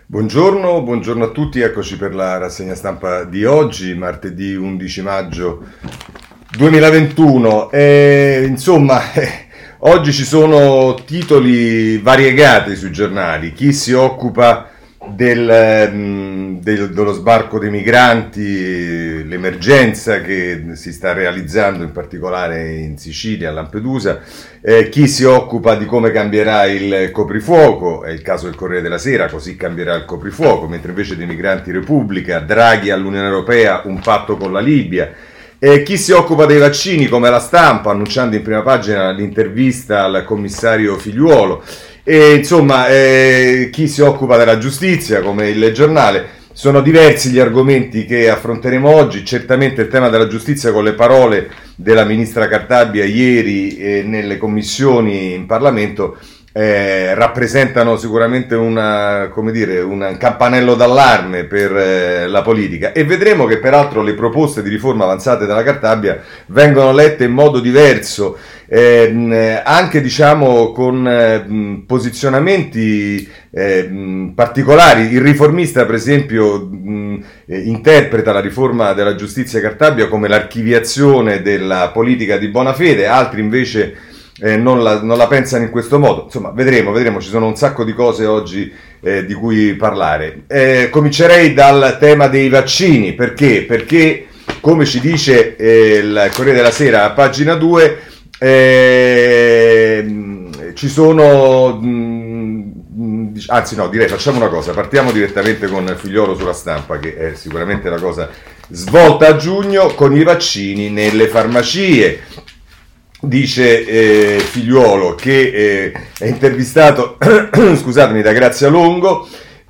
Buongiorno a tutti, eccoci per la rassegna stampa di oggi, martedì 11 maggio 2021. Oggi ci sono titoli variegati sui giornali. Chi si occupa dello sbarco dei migranti, l'emergenza che si sta realizzando in particolare in Sicilia, a Lampedusa, chi si occupa di come cambierà il coprifuoco, è il caso del Corriere della Sera, così cambierà il coprifuoco, mentre invece dei migranti Repubblica, Draghi all'Unione Europea, un patto con la Libia. Chi si occupa dei vaccini, come La Stampa, annunciando in prima pagina l'intervista al commissario Figliuolo. Chi si occupa della giustizia, come il Giornale. Sono diversi gli argomenti che affronteremo oggi. Certamente il tema della giustizia, con le parole della ministra Cartabia ieri nelle commissioni in Parlamento, rappresentano sicuramente un campanello d'allarme per la politica, e vedremo che peraltro le proposte di riforma avanzate dalla Cartabia vengono lette in modo diverso, anche con posizionamenti particolari. Il Riformista, per esempio, interpreta la riforma della giustizia Cartabia come l'archiviazione della politica di buona fede, altri invece non la pensano in questo modo. Insomma, vedremo, ci sono un sacco di cose oggi di cui parlare. Comincerei dal tema dei vaccini, perché come ci dice il Corriere della Sera a pagina 2, ci sono facciamo una cosa, partiamo direttamente con Figliuolo sulla Stampa, che è sicuramente la cosa svolta a giugno, con i vaccini nelle farmacie. Dice Figliuolo, che è intervistato scusatemi, da Grazia Longo.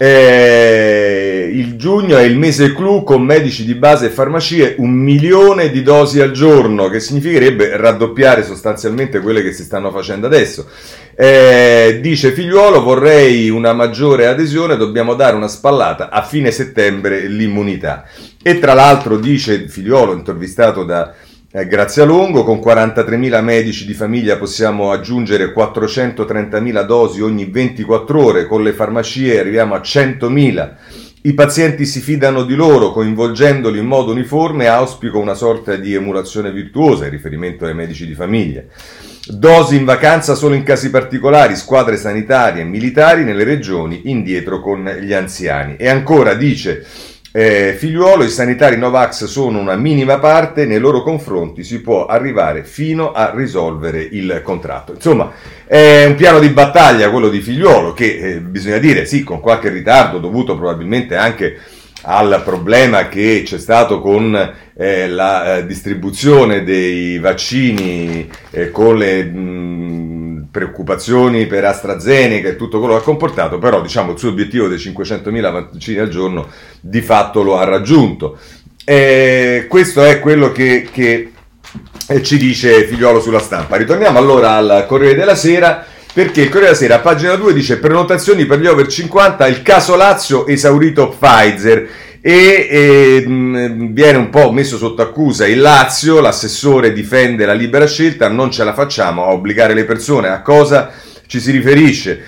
Il giugno è il mese clou, con medici di base e farmacie, 1 milione di dosi al giorno, che significherebbe raddoppiare sostanzialmente quelle che si stanno facendo adesso. Dice Figliuolo: vorrei una maggiore adesione, dobbiamo dare una spallata, a fine settembre l'immunità. E tra l'altro, dice Figliuolo, intervistato da Grazia Longo, con 43.000 medici di famiglia possiamo aggiungere 430.000 dosi ogni 24 ore, con le farmacie arriviamo a 100.000. I pazienti si fidano di loro, coinvolgendoli in modo uniforme, auspico una sorta di emulazione virtuosa, in riferimento ai medici di famiglia. Dosi in vacanza solo in casi particolari, squadre sanitarie e militari nelle regioni, indietro con gli anziani. E ancora dice Figliuolo: i sanitari Novax sono una minima parte, nei loro confronti si può arrivare fino a risolvere il contratto. Insomma, è un piano di battaglia quello di Figliuolo, che bisogna dire, sì, con qualche ritardo, dovuto probabilmente anche al problema che c'è stato con la distribuzione dei vaccini, con le preoccupazioni per AstraZeneca e tutto quello che ha comportato, però diciamo il suo obiettivo dei 500.000 vaccini al giorno di fatto lo ha raggiunto. Questo è quello che ci dice Figliuolo sulla Stampa. Ritorniamo allora al Corriere della Sera, perché il Corriere della Sera a pagina 2 dice: prenotazioni per gli over 50, il caso Lazio esaurito Pfizer. E viene un po' messo sotto accusa il Lazio. L'assessore difende la libera scelta: non ce la facciamo a obbligare le persone. A cosa ci si riferisce?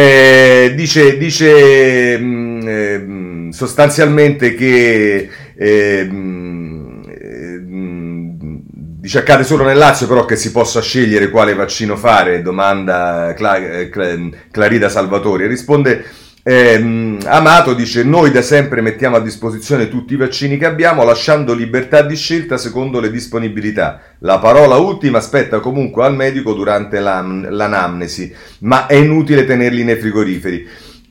Dice sostanzialmente che dice accade solo nel Lazio, però che si possa scegliere quale vaccino fare, domanda Clarida Salvatori. Risponde Amato, dice: noi da sempre mettiamo a disposizione tutti i vaccini che abbiamo, lasciando libertà di scelta secondo le disponibilità. La parola ultima spetta comunque al medico durante l'anamnesi, ma è inutile tenerli nei frigoriferi.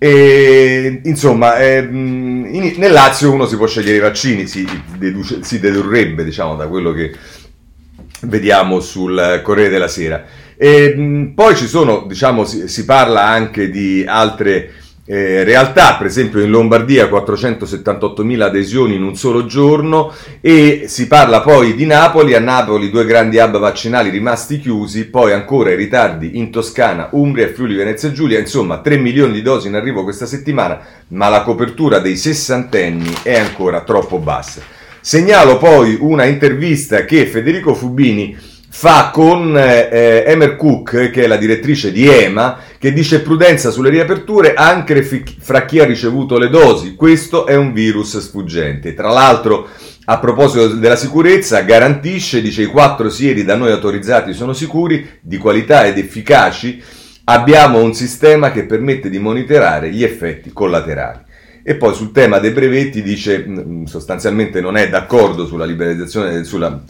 Nel Lazio uno si può scegliere i vaccini, si dedurrebbe, diciamo, da quello che vediamo sul Corriere della Sera. Poi ci sono, diciamo, si parla anche di altre realtà. Per esempio in Lombardia 478.000 adesioni in un solo giorno, e si parla poi di Napoli. A Napoli 2 grandi hub vaccinali rimasti chiusi, poi ancora i ritardi in Toscana, Umbria e Friuli Venezia Giulia. Insomma, 3 milioni di dosi in arrivo questa settimana, ma la copertura dei sessantenni è ancora troppo bassa. Segnalo poi una intervista che Federico Fubini fa con Emer Cook, che è la direttrice di EMA, che dice prudenza sulle riaperture anche fra chi ha ricevuto le dosi. Questo è un virus sfuggente. Tra l'altro, a proposito della sicurezza, garantisce, dice, i 4 sieri da noi autorizzati sono sicuri, di qualità ed efficaci. Abbiamo un sistema che permette di monitorare gli effetti collaterali. E poi sul tema dei brevetti dice sostanzialmente non è d'accordo sulla liberalizzazione,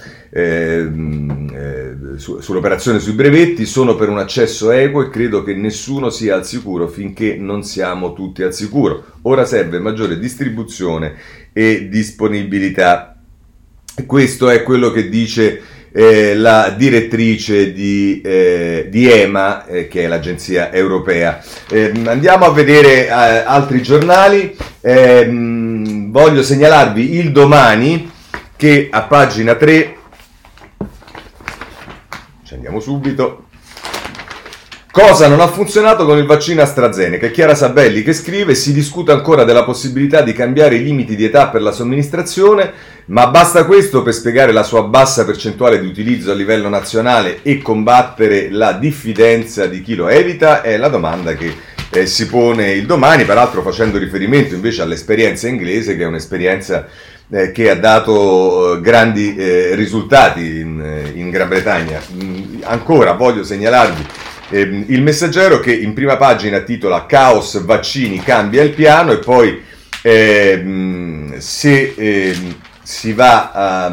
sull'operazione sui brevetti, sono per un accesso equo e credo che nessuno sia al sicuro finché non siamo tutti al sicuro. Ora serve maggiore distribuzione e disponibilità. Questo è quello che dice la direttrice di EMA, che è l'agenzia europea. Andiamo a vedere altri giornali. Voglio segnalarvi il Domani, che a pagina 3, ci andiamo subito. Cosa non ha funzionato con il vaccino AstraZeneca? Chiara Sabelli che scrive: si discute ancora della possibilità di cambiare i limiti di età per la somministrazione, ma basta questo per spiegare la sua bassa percentuale di utilizzo a livello nazionale e combattere la diffidenza di chi lo evita? È la domanda che si pone il Domani, peraltro facendo riferimento invece all'esperienza inglese, che è un'esperienza che ha dato grandi risultati in Gran Bretagna. Ancora voglio segnalarvi il Messaggero, che in prima pagina titola Caos vaccini, cambia il piano, e poi se si va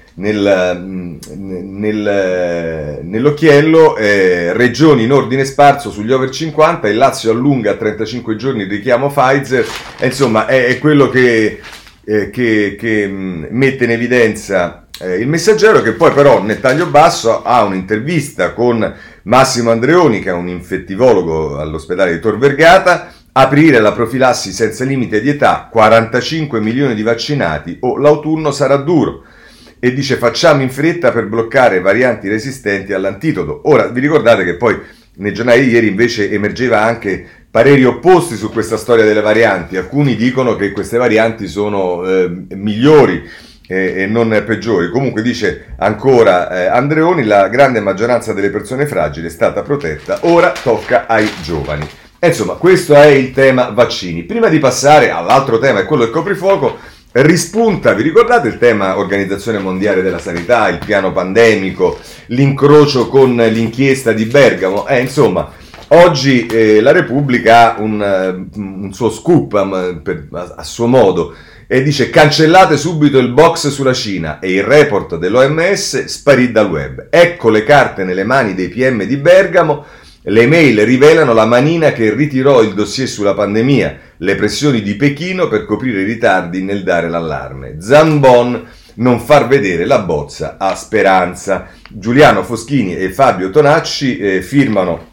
nell'occhiello, regioni in ordine sparso sugli over 50, il Lazio allunga a 35 giorni il richiamo Pfizer, insomma è quello che mette in evidenza il Messaggero, che poi però nel taglio basso ha un'intervista con Massimo Andreoni, che è un infettivologo all'ospedale di Tor Vergata. Aprire la profilassi senza limite di età, 45 milioni di vaccinati o l'autunno sarà duro. E dice facciamo in fretta per bloccare varianti resistenti all'antidoto. Ora vi ricordate che poi nei giornali di ieri invece emergeva anche pareri opposti su questa storia delle varianti. Alcuni dicono che queste varianti sono migliori e non peggiori. Comunque dice ancora Andreoni, la grande maggioranza delle persone fragili è stata protetta, ora tocca ai giovani. Insomma, questo è il tema vaccini. Prima di passare all'altro tema, è quello del coprifuoco, rispunta, vi ricordate il tema Organizzazione Mondiale della Sanità, il piano pandemico, l'incrocio con l'inchiesta di Bergamo? Insomma, oggi la Repubblica ha un suo scoop a suo modo, e dice cancellate subito il box sulla Cina e il report dell'OMS sparì dal web. Ecco le carte nelle mani dei PM di Bergamo. Le mail rivelano la manina che ritirò il dossier sulla pandemia, le pressioni di Pechino per coprire i ritardi nel dare l'allarme. Zambon, non far vedere la bozza a Speranza. Giuliano Foschini e Fabio Tonacci firmano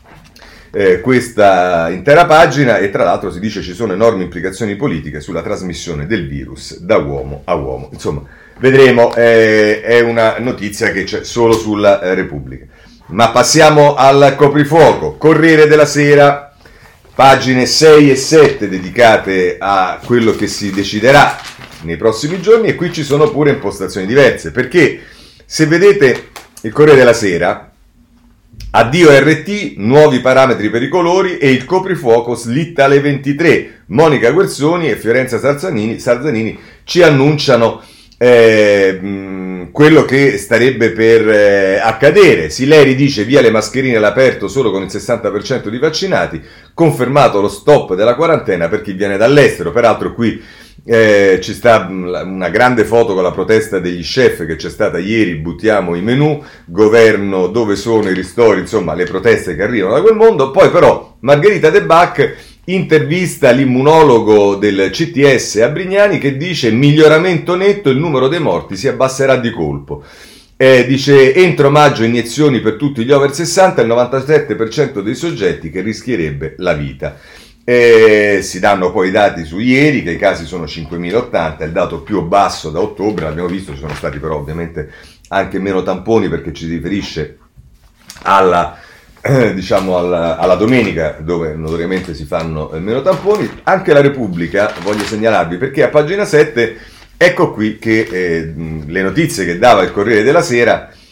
questa intera pagina, e tra l'altro si dice ci sono enormi implicazioni politiche sulla trasmissione del virus da uomo a uomo. Insomma, vedremo, è una notizia che c'è solo sulla Repubblica. Ma passiamo al coprifuoco. Corriere della Sera, pagine 6 e 7 dedicate a quello che si deciderà nei prossimi giorni, e qui ci sono pure impostazioni diverse, perché se vedete il Corriere della Sera, addio RT, nuovi parametri per i colori e il coprifuoco slitta alle 23. Monica Guerzoni e Fiorenza Sarzanini ci annunciano quello che starebbe per accadere. Sileri dice via le mascherine all'aperto solo con il 60% di vaccinati, confermato lo stop della quarantena per chi viene dall'estero. Peraltro qui ci sta una grande foto con la protesta degli chef che c'è stata ieri, buttiamo i menù, governo dove sono i ristori, insomma le proteste che arrivano da quel mondo. Poi però Margherita De Bach intervista l'immunologo del CTS a Brignani, che dice miglioramento netto, il numero dei morti si abbasserà di colpo. Dice entro maggio iniezioni per tutti gli over 60, il 97% dei soggetti che rischierebbe la vita. Si danno poi i dati su ieri, che i casi sono 5.080, il dato più basso da ottobre. L'abbiamo visto, ci sono stati però ovviamente anche meno tamponi, perché ci riferisce alla domenica, dove notoriamente si fanno meno tamponi. Anche la Repubblica voglio segnalarvi, perché a pagina 7 ecco qui che le notizie che dava il Corriere della Sera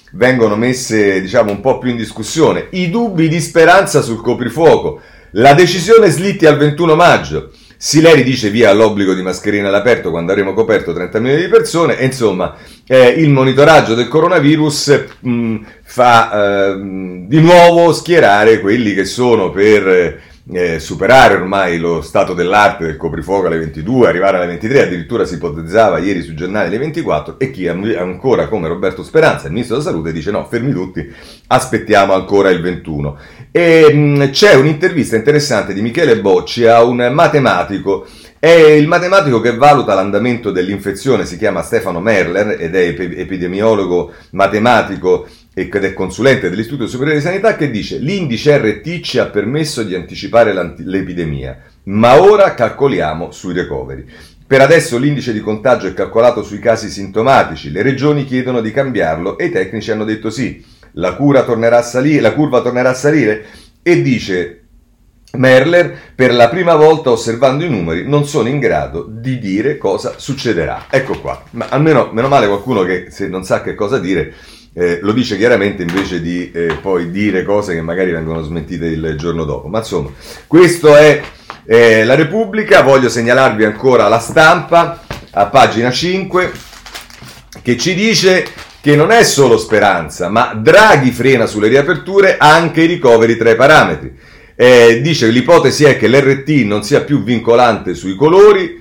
vengono messe, diciamo, un po' più in discussione. I dubbi di Speranza sul coprifuoco, la decisione slitti al 21 maggio. Sileri dice via l'obbligo di mascherine all'aperto quando avremo coperto 30 milioni di persone, e insomma il monitoraggio del coronavirus fa di nuovo schierare quelli che sono per superare ormai lo stato dell'arte del coprifuoco alle 22, arrivare alle 23, addirittura si ipotizzava ieri sui giornali alle 24, e chi ancora come Roberto Speranza, il ministro della salute, dice no, fermi tutti, aspettiamo ancora il 21. E c'è un'intervista interessante di Michele Bocci a un matematico. È il matematico che valuta l'andamento dell'infezione, si chiama Stefano Merler ed è epidemiologo matematico ed è consulente dell'Istituto Superiore di Sanità, che dice l'indice RT ci ha permesso di anticipare l'epidemia, ma ora calcoliamo sui ricoveri. Per adesso l'indice di contagio è calcolato sui casi sintomatici, le regioni chiedono di cambiarlo e i tecnici hanno detto sì, la curva tornerà a salire, e dice Merler, per la prima volta osservando i numeri non sono in grado di dire cosa succederà. Ecco qua, ma almeno meno male qualcuno che se non sa che cosa dire lo dice chiaramente invece di poi dire cose che magari vengono smentite il giorno dopo. Ma insomma, questo è La Repubblica. Voglio segnalarvi ancora La Stampa a pagina 5 che ci dice che non è solo Speranza, ma Draghi frena sulle riaperture anche i ricoveri tra i parametri. Dice che l'ipotesi è che l'RT non sia più vincolante sui colori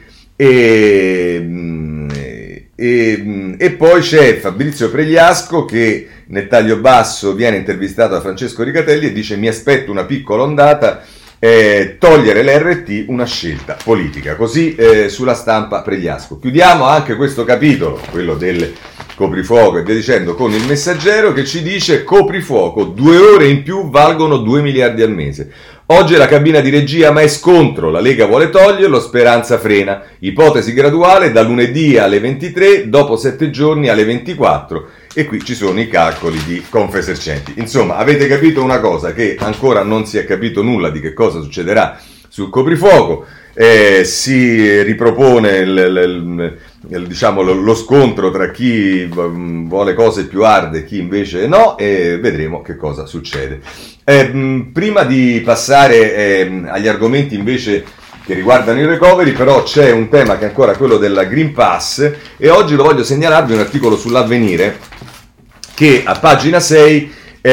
e poi c'è Fabrizio Pregliasco che nel taglio basso viene intervistato da Francesco Ricatelli e dice mi aspetto una piccola ondata, togliere l'RT una scelta politica. Così sulla Stampa Pregliasco. Chiudiamo anche questo capitolo, quello del coprifuoco e via dicendo, con il Messaggero che ci dice coprifuoco, 2 ore in più valgono 2 miliardi al mese. Oggi è la cabina di regia, ma è scontro, la Lega vuole toglierlo, Speranza frena, ipotesi graduale da lunedì alle 23, dopo 7 giorni alle 24, e qui ci sono i calcoli di Confesercenti. Insomma, avete capito una cosa, che ancora non si è capito nulla di che cosa succederà sul coprifuoco. Si ripropone diciamo, lo scontro tra chi vuole cose più arde e chi invece no, e vedremo che cosa succede. Prima di passare agli argomenti invece che riguardano i recovery, però c'è un tema che è ancora quello della Green Pass, e oggi lo voglio segnalarvi un articolo sull'Avvenire che a pagina 6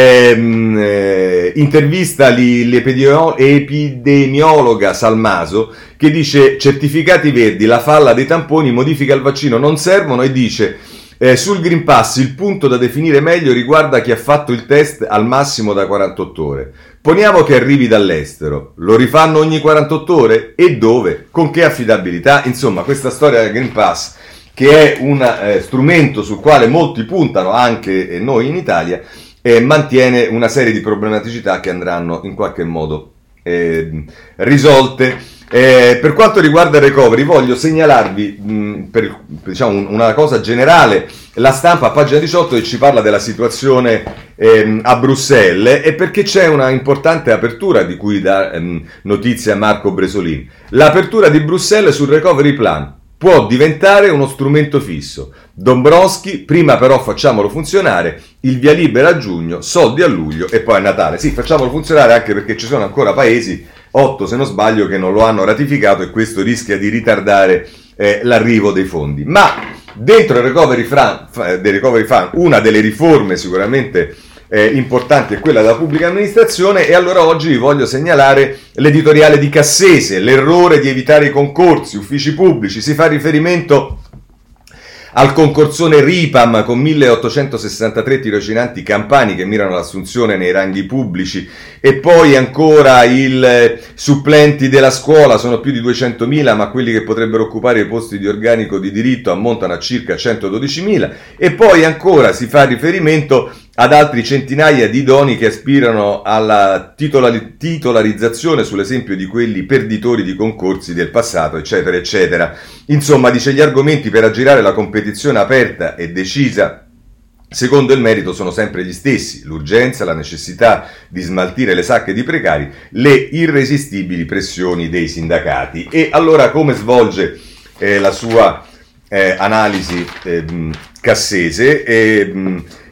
intervista l'epidemiologa Salmaso, che dice certificati verdi, la falla dei tamponi, modifiche al vaccino non servono, e dice sul Green Pass il punto da definire meglio riguarda chi ha fatto il test al massimo da 48 ore. Poniamo che arrivi dall'estero, lo rifanno ogni 48 ore? E dove? Con che affidabilità? Insomma, questa storia del Green Pass, che è un strumento sul quale molti puntano, anche noi in Italia, mantiene una serie di problematicità che andranno in qualche modo risolte. Per quanto riguarda il recovery, voglio segnalarvi diciamo, una cosa generale. La Stampa a pagina 18 che ci parla della situazione a Bruxelles, e perché c'è una importante apertura di cui dà notizia Marco Bresolin. L'apertura di Bruxelles sul recovery plan può diventare uno strumento fisso. Dombrovskis, prima però facciamolo funzionare, il via libera a giugno, soldi a luglio e poi a Natale. Sì, facciamolo funzionare anche perché ci sono ancora paesi, 8 se non sbaglio, che non lo hanno ratificato, e questo rischia di ritardare l'arrivo dei fondi. Ma dentro il recovery fund, una delle riforme sicuramente importanti è quella della pubblica amministrazione, e allora oggi vi voglio segnalare l'editoriale di Cassese, l'errore di evitare i concorsi, uffici pubblici. Si fa riferimento al concorsone RIPAM con 1863 tirocinanti campani che mirano all'assunzione nei ranghi pubblici, e poi ancora i supplenti della scuola, sono più di 200.000, ma quelli che potrebbero occupare i posti di organico di diritto ammontano a circa 112.000, e poi ancora si fa riferimento ad altri centinaia di idonei che aspirano alla titolarizzazione sull'esempio di quelli perditori di concorsi del passato, eccetera, eccetera. Insomma, dice, gli argomenti per aggirare la competizione aperta e decisa secondo il merito sono sempre gli stessi: l'urgenza, la necessità di smaltire le sacche di precari, le irresistibili pressioni dei sindacati. E allora come svolge la sua analisi Cassese?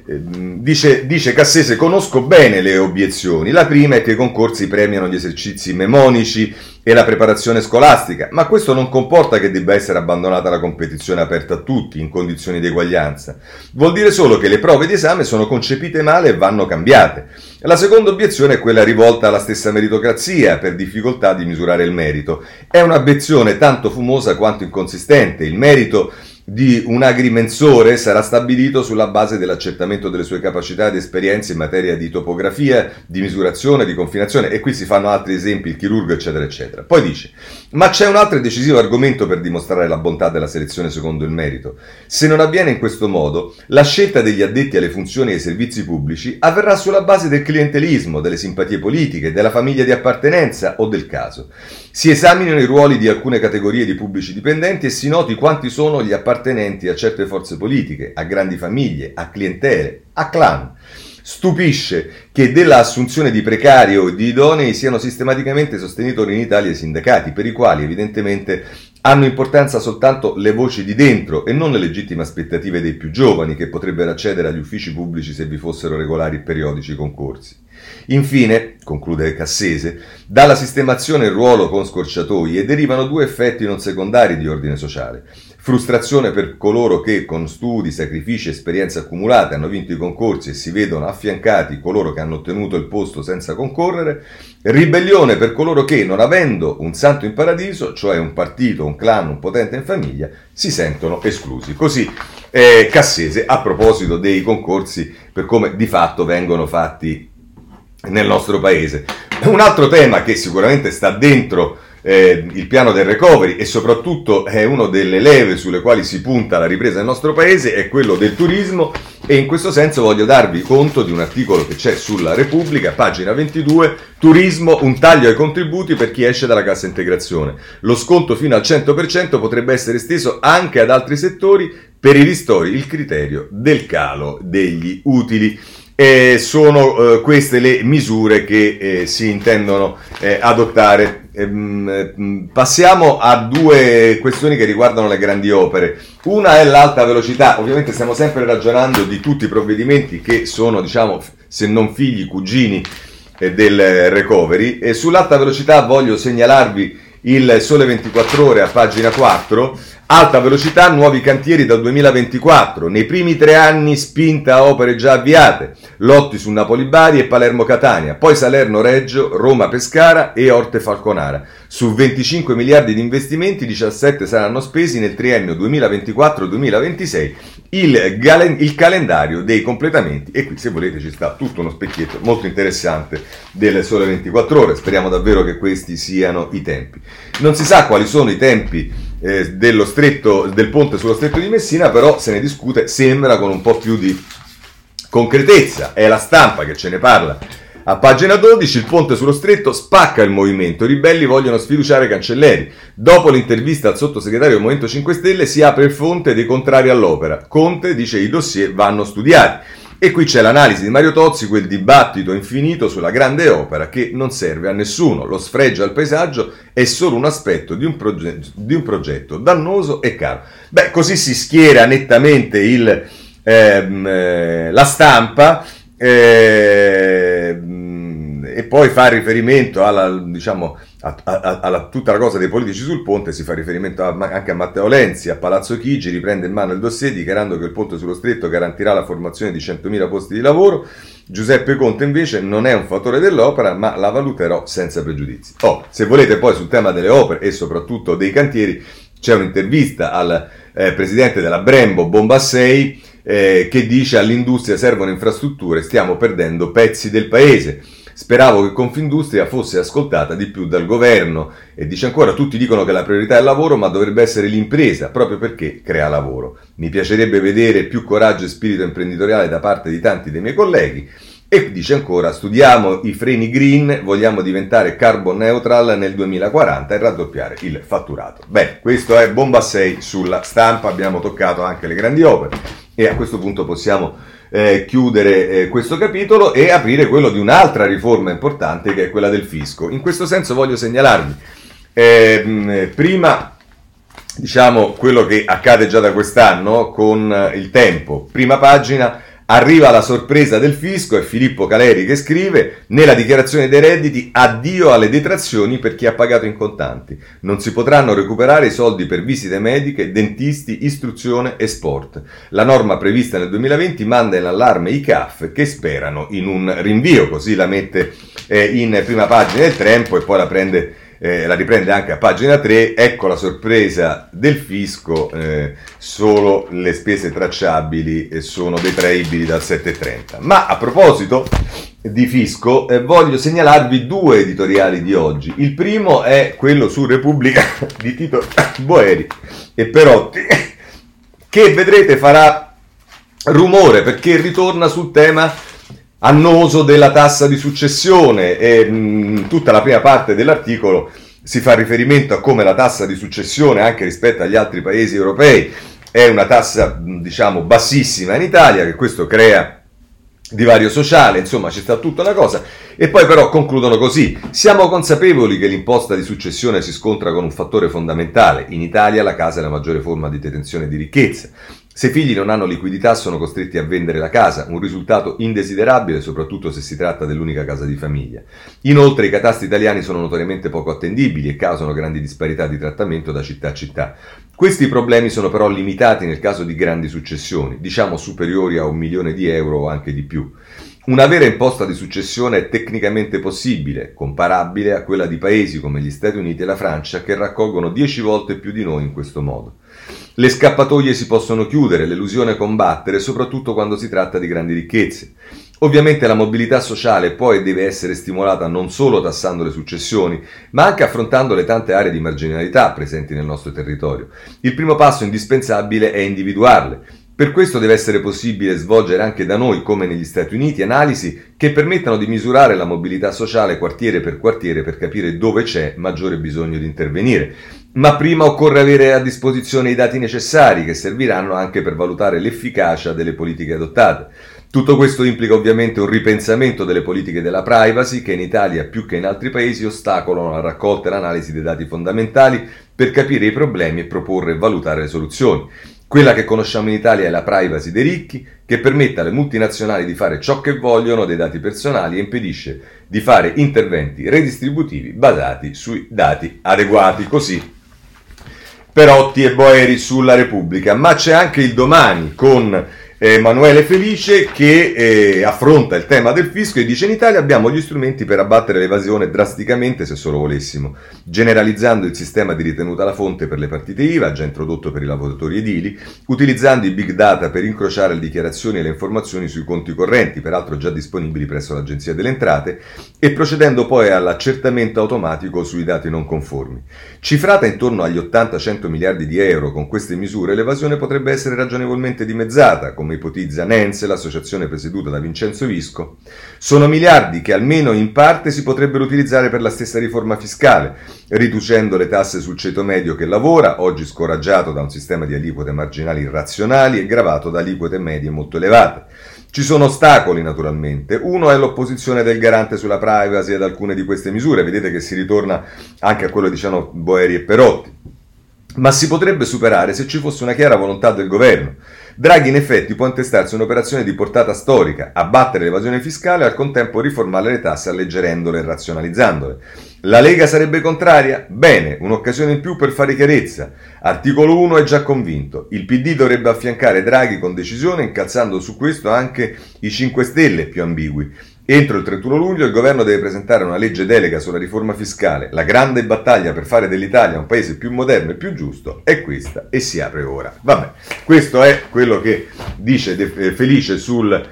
Dice Cassese: conosco bene le obiezioni. La prima è che i concorsi premiano gli esercizi memonici e la preparazione scolastica, ma questo non comporta che debba essere abbandonata la competizione aperta a tutti in condizioni di eguaglianza. Vuol dire solo che le prove di esame sono concepite male e vanno cambiate. La seconda obiezione è quella rivolta alla stessa meritocrazia per difficoltà di misurare il merito. È un'obiezione tanto fumosa quanto inconsistente. Il merito di un agrimensore sarà stabilito sulla base dell'accertamento delle sue capacità ed esperienze in materia di topografia, di misurazione, di confinazione, e qui si fanno altri esempi, il chirurgo, eccetera, eccetera. Poi dice: ma c'è un altro e decisivo argomento per dimostrare la bontà della selezione secondo il merito. Se non avviene in questo modo, la scelta degli addetti alle funzioni e ai servizi pubblici avverrà sulla base del clientelismo, delle simpatie politiche, della famiglia di appartenenza o del caso. Si esaminino i ruoli di alcune categorie di pubblici dipendenti e si noti quanti sono gli appartenenti a certe forze politiche, a grandi famiglie, a clientele, a clan. Stupisce che della assunzione di precari o di idonei siano sistematicamente sostenitori in Italia i sindacati, per i quali evidentemente hanno importanza soltanto le voci di dentro e non le legittime aspettative dei più giovani che potrebbero accedere agli uffici pubblici se vi fossero regolari e periodici concorsi. Infine, conclude Cassese, dalla sistemazione in ruolo con scorciatoie derivano due effetti non secondari di ordine sociale. Frustrazione per coloro che con studi, sacrifici e esperienze accumulate hanno vinto i concorsi e si vedono affiancati coloro che hanno ottenuto il posto senza concorrere, ribellione per coloro che, non avendo un santo in paradiso, cioè un partito, un clan, un potente in famiglia, si sentono esclusi. Così Cassese a proposito dei concorsi, per come di fatto vengono fatti nel nostro paese. Un altro tema che sicuramente sta dentro il piano del recovery e soprattutto è una delle leve sulle quali si punta la ripresa del nostro paese è quello del turismo, e in questo senso voglio darvi conto di un articolo che c'è sulla Repubblica, pagina 22, turismo, un taglio ai contributi per chi esce dalla cassa integrazione. Lo sconto fino al 100% potrebbe essere esteso anche ad altri settori, per i ristori il criterio del calo degli utili. Sono queste le misure che si intendono adottare. Passiamo a due questioni che riguardano le grandi opere. Una è l'alta velocità. Ovviamente stiamo sempre ragionando di tutti i provvedimenti che sono, diciamo, se non figli, cugini del recovery. E sull'alta velocità voglio segnalarvi il Sole 24 Ore a pagina 4. Alta velocità, nuovi cantieri dal 2024, nei primi 3 anni spinta a opere già avviate, lotti su Napoli-Bari e Palermo-Catania, poi Salerno-Reggio, Roma-Pescara e Orte-Falconara. Su 25 miliardi di investimenti, 17 saranno spesi nel triennio 2024-2026, il calendario dei completamenti, e qui se volete ci sta tutto uno specchietto molto interessante del Sole 24 Ore, speriamo davvero che questi siano i tempi. Non si sa quali sono i tempi del ponte sullo stretto di Messina, però se ne discute, sembra, con un po' più di concretezza. È La Stampa che ce ne parla a pagina 12. Il ponte sullo stretto spacca il movimento, i ribelli vogliono sfiduciare Cancelleri. Dopo l'intervista al sottosegretario del Movimento 5 Stelle si apre il fronte dei contrari all'opera. Conte dice i dossier vanno studiati. E qui c'è l'analisi di Mario Tozzi, quel dibattito infinito sulla grande opera che non serve a nessuno. Lo sfregio al paesaggio è solo un aspetto di un progetto dannoso e caro. Beh, così si schiera nettamente La Stampa, e poi fa riferimento alla, diciamo, a tutta la cosa dei politici sul ponte. Si fa riferimento anche a Matteo Lenzi, a Palazzo Chigi, riprende in mano il dossier dichiarando che il ponte sullo stretto garantirà la formazione di 100.000 posti di lavoro. Giuseppe Conte invece non è un fautore dell'opera, ma la valuterò senza pregiudizi. Se volete poi sul tema delle opere e soprattutto dei cantieri c'è un'intervista al presidente della Brembo, Bombassei, che dice: all'industria servono infrastrutture, stiamo perdendo pezzi del paese. Speravo che Confindustria fosse ascoltata di più dal governo. E dice ancora: tutti dicono che la priorità è il lavoro, ma dovrebbe essere l'impresa, proprio perché crea lavoro. Mi piacerebbe vedere più coraggio e spirito imprenditoriale da parte di tanti dei miei colleghi. E dice ancora: studiamo i freni green, vogliamo diventare carbon neutral nel 2040 e raddoppiare il fatturato. Beh, questo è Bombassei sulla Stampa. Abbiamo toccato anche le grandi opere e a questo punto possiamo chiudere questo capitolo e aprire quello di un'altra riforma importante, che è quella del fisco. In questo senso voglio segnalarvi prima, diciamo, quello che accade già da quest'anno con Il Tempo. Prima pagina, Arriva la sorpresa del fisco, è Filippo Caleri che scrive: nella dichiarazione dei redditi addio alle detrazioni per chi ha pagato in contanti. Non si potranno recuperare i soldi per visite mediche, dentisti, istruzione e sport. La norma prevista nel 2020 manda in allarme i CAF che sperano in un rinvio, così la mette in prima pagina del Tempo e poi la riprende anche a pagina 3, ecco la sorpresa del fisco, solo le spese tracciabili sono detraibili dal 7,30. Ma a proposito di fisco, voglio segnalarvi due editoriali di oggi. Il primo è quello su Repubblica di Tito Boeri e Perotti, che vedrete farà rumore perché ritorna sul tema annoso della tassa di successione e tutta la prima parte dell'articolo si fa riferimento a come la tassa di successione anche rispetto agli altri paesi europei è una tassa diciamo bassissima in Italia, che questo crea divario sociale, insomma c'è sta tutta una cosa, e poi però concludono così: siamo consapevoli che l'imposta di successione si scontra con un fattore fondamentale: in Italia la casa è la maggiore forma di detenzione di ricchezza. Se i figli non hanno liquidità sono costretti a vendere la casa, un risultato indesiderabile soprattutto se si tratta dell'unica casa di famiglia. Inoltre i catastri italiani sono notoriamente poco attendibili e causano grandi disparità di trattamento da città a città. Questi problemi sono però limitati nel caso di grandi successioni, diciamo superiori a 1 milione di euro o anche di più. Una vera imposta di successione è tecnicamente possibile, comparabile a quella di paesi come gli Stati Uniti e la Francia che raccolgono 10 volte più di noi in questo modo. Le scappatoie si possono chiudere, l'elusione combattere, soprattutto quando si tratta di grandi ricchezze. Ovviamente la mobilità sociale può e deve essere stimolata non solo tassando le successioni, ma anche affrontando le tante aree di marginalità presenti nel nostro territorio. Il primo passo indispensabile è individuarle. Per questo deve essere possibile svolgere anche da noi, come negli Stati Uniti, analisi che permettano di misurare la mobilità sociale quartiere per capire dove c'è maggiore bisogno di intervenire. Ma prima occorre avere a disposizione i dati necessari che serviranno anche per valutare l'efficacia delle politiche adottate. Tutto questo implica ovviamente un ripensamento delle politiche della privacy che in Italia più che in altri paesi ostacolano la raccolta e l'analisi dei dati fondamentali per capire i problemi e proporre e valutare le soluzioni. Quella che conosciamo in Italia è la privacy dei ricchi, che permette alle multinazionali di fare ciò che vogliono dei dati personali e impedisce di fare interventi redistributivi basati sui dati adeguati. Così Perotti e Boeri sulla Repubblica. Ma c'è anche il Domani con Emanuele Felice che affronta il tema del fisco e dice: in Italia abbiamo gli strumenti per abbattere l'evasione drasticamente se solo volessimo, generalizzando il sistema di ritenuta alla fonte per le partite IVA, già introdotto per i lavoratori edili, utilizzando i big data per incrociare le dichiarazioni e le informazioni sui conti correnti, peraltro già disponibili presso l'Agenzia delle Entrate, e procedendo poi all'accertamento automatico sui dati non conformi. Cifrata intorno agli 80-100 miliardi di euro, con queste misure l'evasione potrebbe essere ragionevolmente dimezzata, come ipotizza Nens, l'associazione presieduta da Vincenzo Visco. Sono miliardi che almeno in parte si potrebbero utilizzare per la stessa riforma fiscale, riducendo le tasse sul ceto medio che lavora, oggi scoraggiato da un sistema di aliquote marginali irrazionali e gravato da aliquote medie molto elevate. Ci sono ostacoli naturalmente, uno è l'opposizione del garante sulla privacy ad alcune di queste misure, vedete che si ritorna anche a quello che dicevano Boeri e Perotti, ma si potrebbe superare se ci fosse una chiara volontà del governo. Draghi in effetti può intestarsi un'operazione di portata storica, abbattere l'evasione fiscale e al contempo riformare le tasse alleggerendole e razionalizzandole. La Lega sarebbe contraria? Bene, un'occasione in più per fare chiarezza. Articolo 1 è già convinto. Il PD dovrebbe affiancare Draghi con decisione, incalzando su questo anche i 5 Stelle più ambigui. Entro il 31 luglio il governo deve presentare una legge delega sulla riforma fiscale. La grande battaglia per fare dell'Italia un paese più moderno e più giusto è questa e si apre ora. Vabbè, questo è quello che dice Felice sul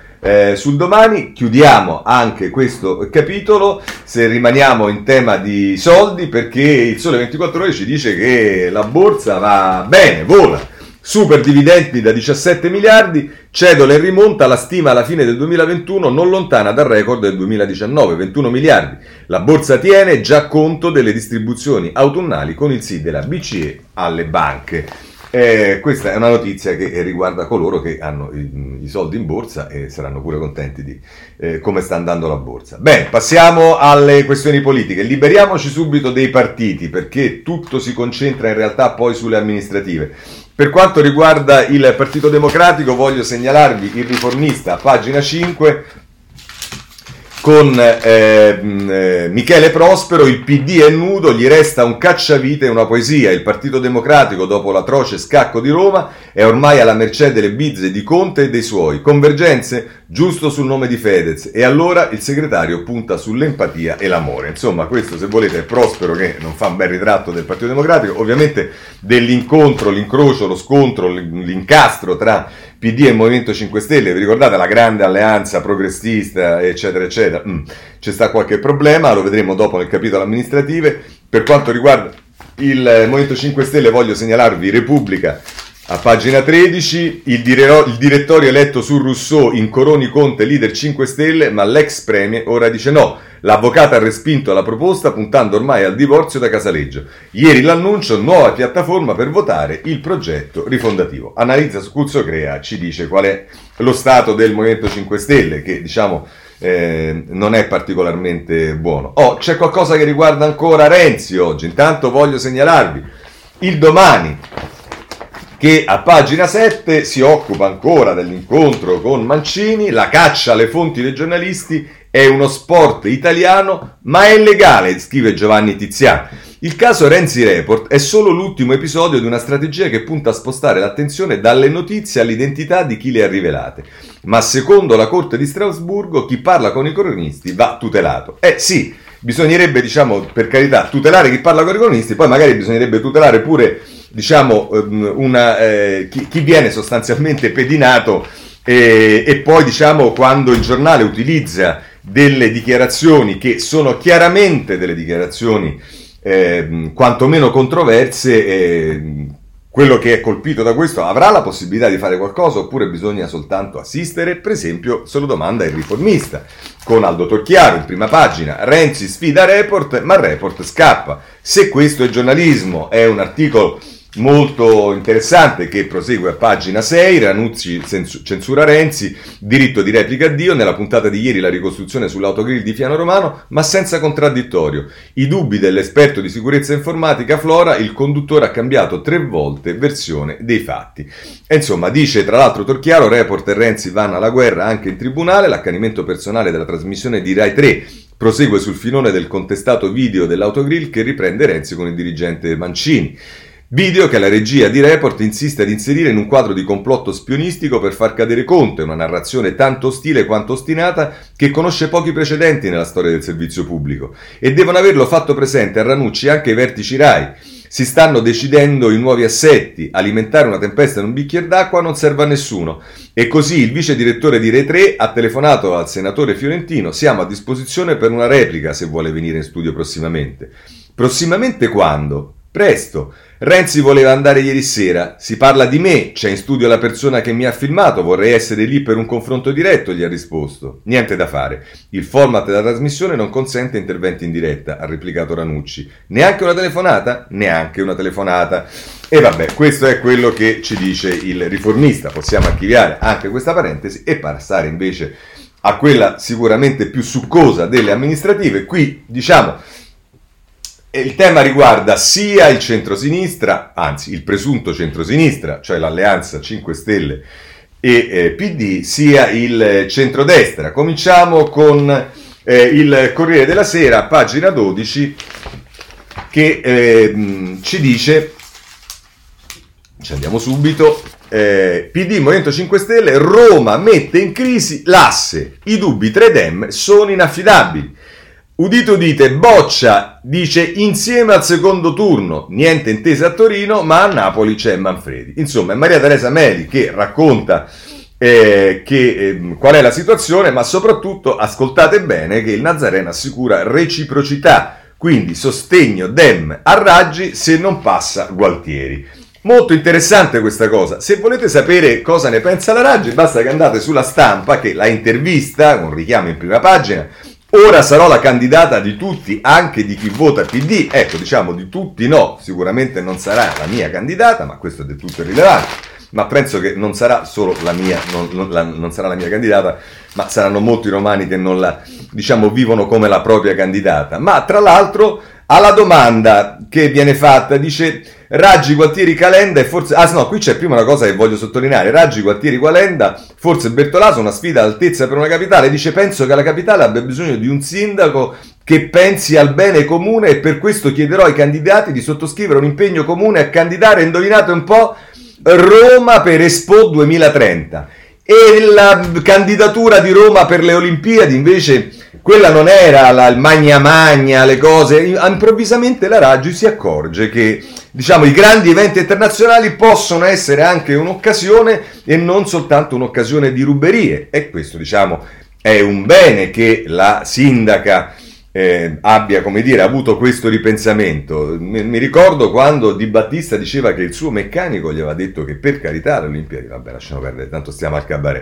Domani. Chiudiamo anche questo capitolo, se rimaniamo in tema di soldi, perché il Sole 24 Ore ci dice che la borsa va bene, vola. Super dividendi da 17 miliardi, cedola e rimonta la stima alla fine del 2021 non lontana dal record del 2019, 21 miliardi. La borsa tiene già conto delle distribuzioni autunnali con il sì della BCE alle banche. Questa è una notizia che riguarda coloro che hanno i soldi in borsa e saranno pure contenti di come sta andando la borsa. Bene, passiamo alle questioni politiche. Liberiamoci subito dei partiti, perché tutto si concentra in realtà poi sulle amministrative. Per quanto riguarda il Partito Democratico, voglio segnalarvi il Riformista, pagina 5, con Michele Prospero. Il PD è nudo, gli resta un cacciavite e una poesia. Il Partito Democratico, dopo l'atroce scacco di Roma, è ormai alla mercé delle bizze di Conte e dei suoi. Convergenze? Giusto sul nome di Fedez. E allora il segretario punta sull'empatia e l'amore. Insomma, questo, se volete, è Prospero, che non fa un bel ritratto del Partito Democratico, ovviamente dell'incontro, l'incrocio, lo scontro, l'incastro tra PD e Movimento 5 Stelle. Vi ricordate la grande alleanza progressista, eccetera, eccetera? C'è sta qualche problema, lo vedremo dopo nel capitolo amministrative. Per quanto riguarda il Movimento 5 Stelle, voglio segnalarvi Repubblica, a pagina 13, il direttorio eletto su Rousseau incoroni Conte leader 5 Stelle, ma l'ex premier ora dice no. L'avvocato ha respinto la proposta puntando ormai al divorzio da Casaleggio. Ieri l'annuncio, nuova piattaforma per votare il progetto rifondativo. Analizza Scuzzo Crea, ci dice qual è lo stato del Movimento 5 Stelle, che diciamo non è particolarmente buono. C'è qualcosa che riguarda ancora Renzi oggi. Intanto voglio segnalarvi il Domani, che a pagina 7 si occupa ancora dell'incontro con Mancini. La caccia alle fonti dei giornalisti è uno sport italiano, ma è legale, scrive Giovanni Tiziano. Il caso Renzi Report è solo l'ultimo episodio di una strategia che punta a spostare l'attenzione dalle notizie all'identità di chi le ha rivelate. Ma secondo la Corte di Strasburgo, chi parla con i cronisti va tutelato. Sì, bisognerebbe, diciamo, per carità, tutelare chi parla con i cronisti, poi magari bisognerebbe tutelare pure, diciamo, chi viene sostanzialmente pedinato e poi, diciamo, quando il giornale utilizza delle dichiarazioni che sono chiaramente delle dichiarazioni quantomeno controverse, quello che è colpito da questo avrà la possibilità di fare qualcosa oppure bisogna soltanto assistere? Per esempio, se lo domanda il Riformista, con Aldo Torchiaro in prima pagina. Renzi sfida Report, ma Report scappa. Se questo è giornalismo, è un articolo molto interessante che prosegue a pagina 6. Ranuzzi censura Renzi, diritto di replica a Dio. Nella puntata di ieri la ricostruzione sull'autogrill di Fiano Romano, ma senza contraddittorio. I dubbi dell'esperto di sicurezza informatica Flora, il conduttore ha cambiato 3 volte versione dei fatti. E insomma, dice tra l'altro Torchiaro, Report e Renzi vanno alla guerra anche in tribunale. L'accanimento personale della trasmissione di Rai 3 prosegue sul filone del contestato video dell'autogrill che riprende Renzi con il dirigente Mancini. Video che la regia di Report insiste ad inserire in un quadro di complotto spionistico per far cadere Conte, una narrazione tanto ostile quanto ostinata che conosce pochi precedenti nella storia del servizio pubblico. E devono averlo fatto presente a Ranucci anche i vertici Rai. Si stanno decidendo i nuovi assetti, alimentare una tempesta in un bicchiere d'acqua non serve a nessuno. E così il vice direttore di Rai 3 ha telefonato al senatore Fiorentino: siamo a disposizione per una replica se vuole venire in studio prossimamente. Prossimamente quando? Presto. Renzi voleva andare ieri sera. Si parla di me, c'è in studio la persona che mi ha filmato, vorrei essere lì per un confronto diretto, gli ha risposto. Niente da fare. Il format della trasmissione non consente interventi in diretta, ha replicato Ranucci. Neanche una telefonata? Neanche una telefonata. E vabbè, questo è quello che ci dice il Riformista. Possiamo archiviare anche questa parentesi e passare invece a quella sicuramente più succosa delle amministrative. Qui, diciamo, il tema riguarda sia il centrosinistra, anzi il presunto centrosinistra, cioè l'alleanza 5 Stelle e PD, sia il centrodestra. Cominciamo con il Corriere della Sera, pagina 12, che ci dice, ci andiamo subito, PD, Movimento 5 Stelle, Roma mette in crisi l'asse, i dubbi tra i Dem sono inaffidabili. Udite udite, Boccia dice insieme al secondo turno, niente intesa a Torino, ma a Napoli c'è Manfredi. Insomma, è Maria Teresa Meli che racconta qual è la situazione, ma soprattutto ascoltate bene che il Nazareno assicura reciprocità, quindi sostegno Dem a Raggi se non passa Gualtieri. Molto interessante questa cosa. Se volete sapere cosa ne pensa la Raggi, basta che andate sulla Stampa, che la intervista, con richiamo in prima pagina, Ora sarò la candidata di tutti, anche di chi vota PD. Ecco, diciamo di tutti no, sicuramente non sarà la mia candidata, ma questo è del tutto irrilevante. Ma penso che non sarà solo la mia, non sarà la mia candidata, ma saranno molti romani che non la, diciamo, vivono come la propria candidata. Ma tra l'altro, alla domanda che viene fatta, dice Raggi, Gualtieri, Calenda e forse... Ah no, qui c'è prima una cosa che voglio sottolineare. Raggi, Gualtieri, Calenda, forse Bertolaso, una sfida all'altezza per una capitale. Dice, penso che la capitale abbia bisogno di un sindaco che pensi al bene comune e per questo chiederò ai candidati di sottoscrivere un impegno comune a candidare, indovinate un po', Roma per Expo 2030. E la candidatura di Roma per le Olimpiadi invece... Quella non era il magna magna, le cose. Improvvisamente la Raggi si accorge che, diciamo, i grandi eventi internazionali possono essere anche un'occasione e non soltanto un'occasione di ruberie. E questo, diciamo, è un bene che la sindaca abbia, come dire, avuto questo ripensamento. Mi ricordo quando Di Battista diceva che il suo meccanico gli aveva detto che per carità le Olimpiadi, vabbè, lasciamo perdere, tanto stiamo al cabaret.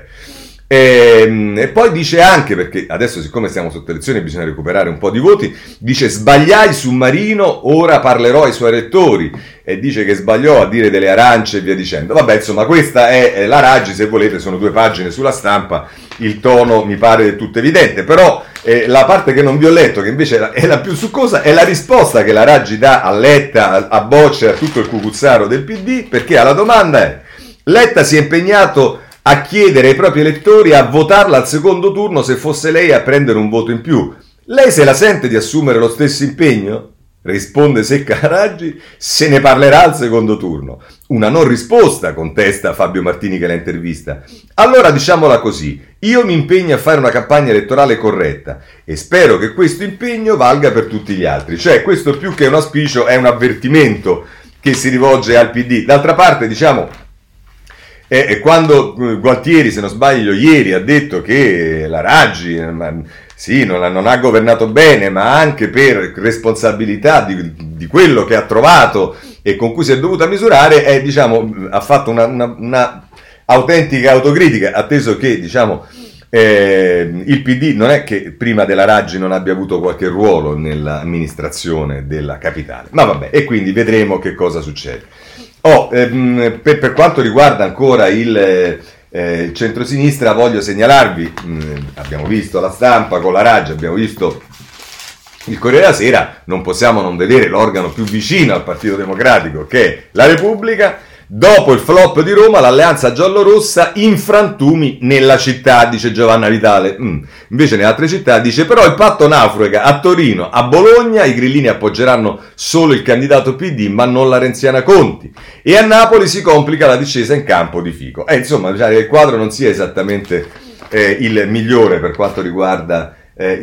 E poi dice anche, perché adesso siccome siamo sotto elezioni bisogna recuperare un po' di voti, dice sbagliai su Marino, ora parlerò ai suoi elettori, e dice che sbagliò a dire delle arance e via dicendo. Vabbè, insomma, questa è la Raggi, se volete sono 2 pagine sulla Stampa, il tono mi pare del tutto evidente, però la parte che non vi ho letto, che invece è la più succosa, è la risposta che la Raggi dà a Letta, a Boccia e a tutto il cucuzzaro del PD, perché alla domanda è: Letta si è impegnato a chiedere ai propri elettori a votarla al secondo turno se fosse lei a prendere un voto in più. Lei se la sente di assumere lo stesso impegno? Risponde secca Raggi, se ne parlerà al secondo turno. Una non risposta, contesta Fabio Martini che la intervista. Allora diciamola così, io mi impegno a fare una campagna elettorale corretta e spero che questo impegno valga per tutti gli altri. Cioè, questo più che un auspicio è un avvertimento che si rivolge al PD. D'altra parte, diciamo... E quando Gualtieri, se non sbaglio, ieri ha detto che la Raggi sì, non ha governato bene, ma anche per responsabilità di quello che ha trovato e con cui si è dovuta misurare, diciamo, ha fatto una autentica autocritica, atteso che, diciamo, il PD non è che prima della Raggi non abbia avuto qualche ruolo nell'amministrazione della capitale. Ma vabbè, e quindi vedremo che cosa succede. Per quanto riguarda ancora il centrosinistra, voglio segnalarvi, abbiamo visto la Stampa con la Raggi, abbiamo visto il Corriere della Sera, non possiamo non vedere l'organo più vicino al Partito Democratico, che è la Repubblica. Dopo il flop di Roma, l'alleanza giallorossa in frantumi nella città, dice Giovanna Vitale. Invece nelle altre città dice però il patto naufraga a Torino, a Bologna, i grillini appoggeranno solo il candidato PD ma non la renziana Conti, e a Napoli si complica la discesa in campo di Fico. Insomma, diciamo che il quadro non sia esattamente il migliore per quanto riguarda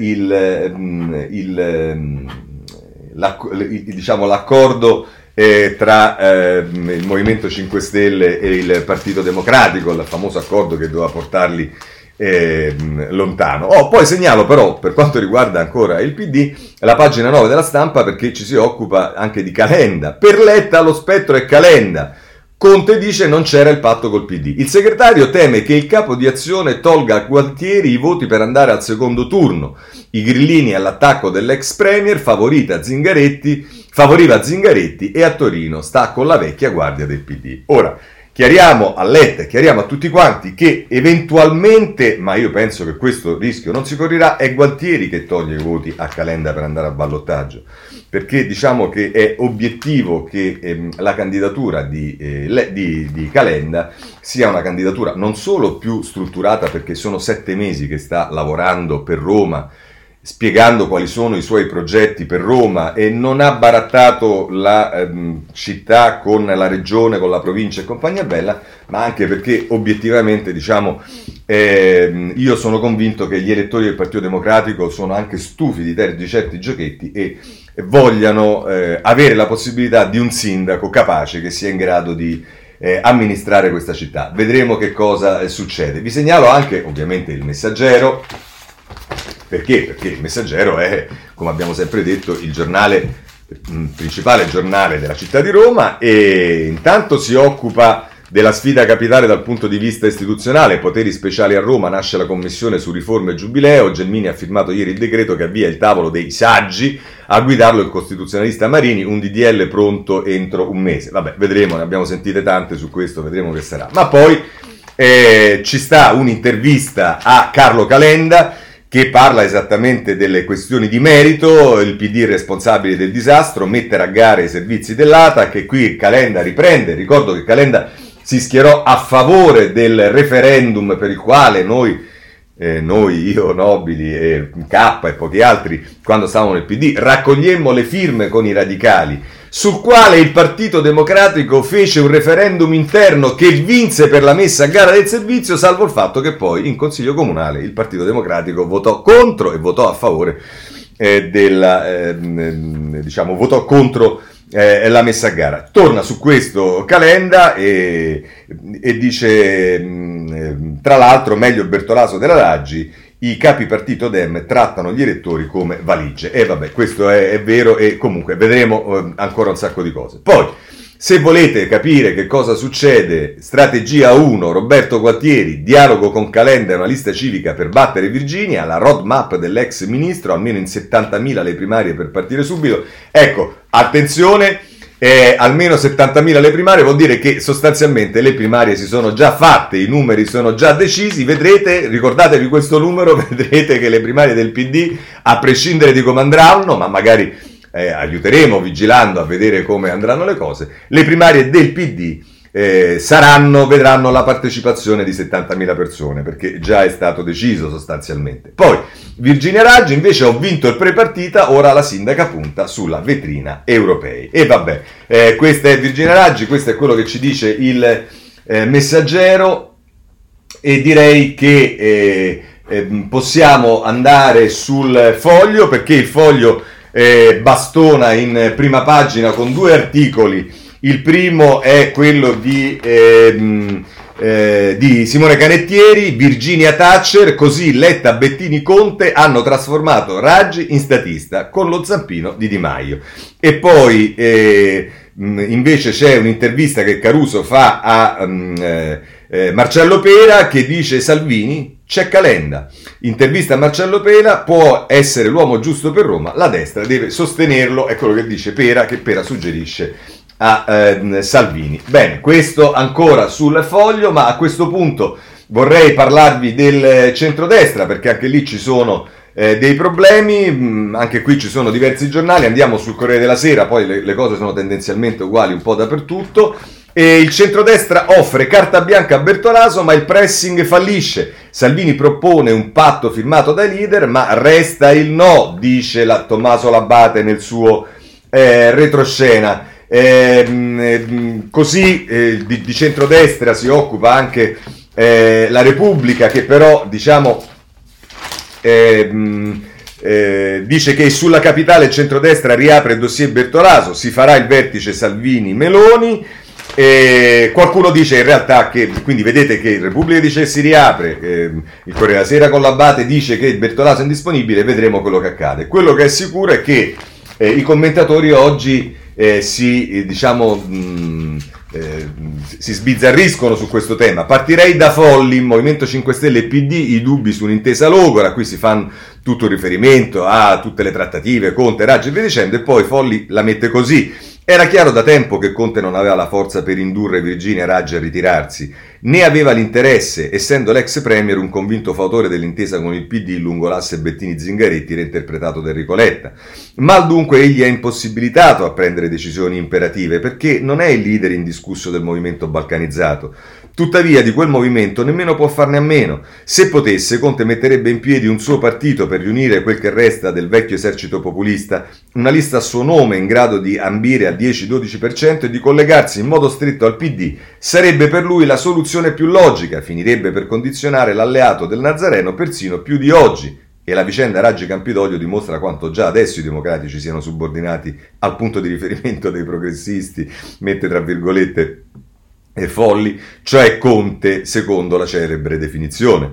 diciamo, l'accordo tra il Movimento 5 Stelle e il Partito Democratico, il famoso accordo che doveva portarli lontano. Poi segnalo però, per quanto riguarda ancora il PD, la pagina 9 della Stampa, perché ci si occupa anche di Calenda. Per Letta lo spettro è Calenda. Conte dice non c'era il patto col PD. Il segretario teme che il capo di Azione tolga a Gualtieri i voti per andare al secondo turno. I grillini all'attacco dell'ex premier favoriva Zingaretti e a Torino sta con la vecchia guardia del PD. Ora, chiariamo a Letta, chiariamo a tutti quanti che eventualmente, ma io penso che questo rischio non si correrà, è Gualtieri che toglie i voti a Calenda per andare a ballottaggio, perché diciamo che è obiettivo che la candidatura di Calenda sia una candidatura non solo più strutturata, perché sono 7 mesi che sta lavorando per Roma, spiegando quali sono i suoi progetti per Roma, e non ha barattato la città con la regione, con la provincia e compagnia bella, ma anche perché obiettivamente, diciamo, io sono convinto che gli elettori del Partito Democratico sono anche stufi di certi giochetti e vogliano avere la possibilità di un sindaco capace che sia in grado di amministrare questa città. Vedremo che cosa succede. Vi segnalo anche ovviamente il Messaggero. Perché? Perché il Messaggero è, come abbiamo sempre detto, il principale giornale della città di Roma, e intanto si occupa della sfida capitale dal punto di vista istituzionale, poteri speciali a Roma, nasce la commissione su riforme e giubileo, Gelmini ha firmato ieri il decreto che avvia il tavolo dei saggi, a guidarlo il costituzionalista Marini, un DDL pronto entro un mese. Vabbè, vedremo, ne abbiamo sentite tante su questo, vedremo che sarà. Ma poi ci sta un'intervista a Carlo Calenda, che parla esattamente delle questioni di merito, il PD responsabile del disastro, mettere a gara i servizi dell'ATA, che qui Calenda riprende. Ricordo che Calenda si schierò a favore del referendum per il quale noi, io, Nobili e K e pochi altri, quando stavamo nel PD, raccogliemmo le firme con i radicali, sul quale il Partito Democratico fece un referendum interno che vinse per la messa a gara del servizio, salvo il fatto che poi in Consiglio Comunale il Partito Democratico votò contro e votò a favore votò contro la messa a gara. Torna su questo Calenda e dice, tra l'altro, meglio Bertolaso della Raggi, i capi partito Dem trattano gli elettori come valigie. E vabbè, questo è vero, e comunque vedremo ancora un sacco di cose. Poi, se volete capire che cosa succede, strategia 1, Roberto Gualtieri, dialogo con Calenda e una lista civica per battere Virginia, la roadmap dell'ex ministro, almeno in 70.000 le primarie per partire subito. Ecco, attenzione, almeno 70.000 le primarie vuol dire che sostanzialmente le primarie si sono già fatte, i numeri sono già decisi, vedrete, ricordatevi questo numero, vedrete che le primarie del PD, a prescindere di come andranno, ma magari aiuteremo vigilando a vedere come andranno le cose, le primarie del PD vedranno la partecipazione di 70.000 persone, perché già è stato deciso sostanzialmente. Poi Virginia Raggi invece: ho vinto il pre-partita, ora la sindaca punta sulla vetrina europei. E vabbè, questa è Virginia Raggi, questo è quello che ci dice il Messaggero, e direi che possiamo andare sul Foglio, perché il Foglio bastona in prima pagina con due articoli. Il primo è quello di Simone Canettieri, Virginia Thatcher, così Letta, Bettini, Conte hanno trasformato Raggi in statista con lo zampino di Di Maio. E poi invece c'è un'intervista che Caruso fa a Marcello Pera, che dice: Salvini, c'è Calenda. Intervista a Marcello Pera: può essere l'uomo giusto per Roma, la destra deve sostenerlo. È quello che dice Pera, che Pera suggerisce a Salvini. Bene, questo ancora sul Foglio, ma a questo punto vorrei parlarvi del centrodestra, perché anche lì ci sono dei problemi, anche qui ci sono diversi giornali. Andiamo sul Corriere della Sera, poi le cose sono tendenzialmente uguali un po' dappertutto. E il centrodestra offre carta bianca a Bertolaso, ma il pressing fallisce. Salvini propone un patto firmato dai leader, ma resta il no, dice Tommaso Labate nel suo retroscena. Così di centrodestra si occupa anche la Repubblica, che però diciamo dice che sulla capitale il centrodestra riapre il dossier Bertolaso, si farà il vertice Salvini-Meloni. Qualcuno dice in realtà che, quindi vedete che Repubblica dice che si riapre, il Corriere della Sera con l'Abate dice che Bertolaso è indisponibile, vedremo quello che accade. Quello che è sicuro è che i commentatori oggi si sbizzarriscono su questo tema. Partirei da Folli, Movimento 5 Stelle e PD, i dubbi su un'intesa logora. Qui si fanno tutto riferimento a tutte le trattative, Conte, Raggi e via dicendo, e poi Folli la mette così: era chiaro da tempo che Conte non aveva la forza per indurre Virginia Raggi a ritirarsi, né aveva l'interesse, essendo l'ex premier un convinto fautore dell'intesa con il PD lungo l'asse Bettini-Zingaretti, reinterpretato da Enrico Letta. Mal dunque egli è impossibilitato a prendere decisioni imperative, perché non è il leader indiscusso del movimento balcanizzato. Tuttavia di quel movimento nemmeno può farne a meno. Se potesse, Conte metterebbe in piedi un suo partito per riunire quel che resta del vecchio esercito populista, una lista a suo nome in grado di ambire al 10-12% e di collegarsi in modo stretto al PD. Sarebbe per lui la soluzione più logica, finirebbe per condizionare l'alleato del Nazareno persino più di oggi. E la vicenda Raggi-Campidoglio dimostra quanto già adesso i democratici siano subordinati al punto di riferimento dei progressisti, mette tra virgolette, e Folli, cioè Conte, secondo la celebre definizione.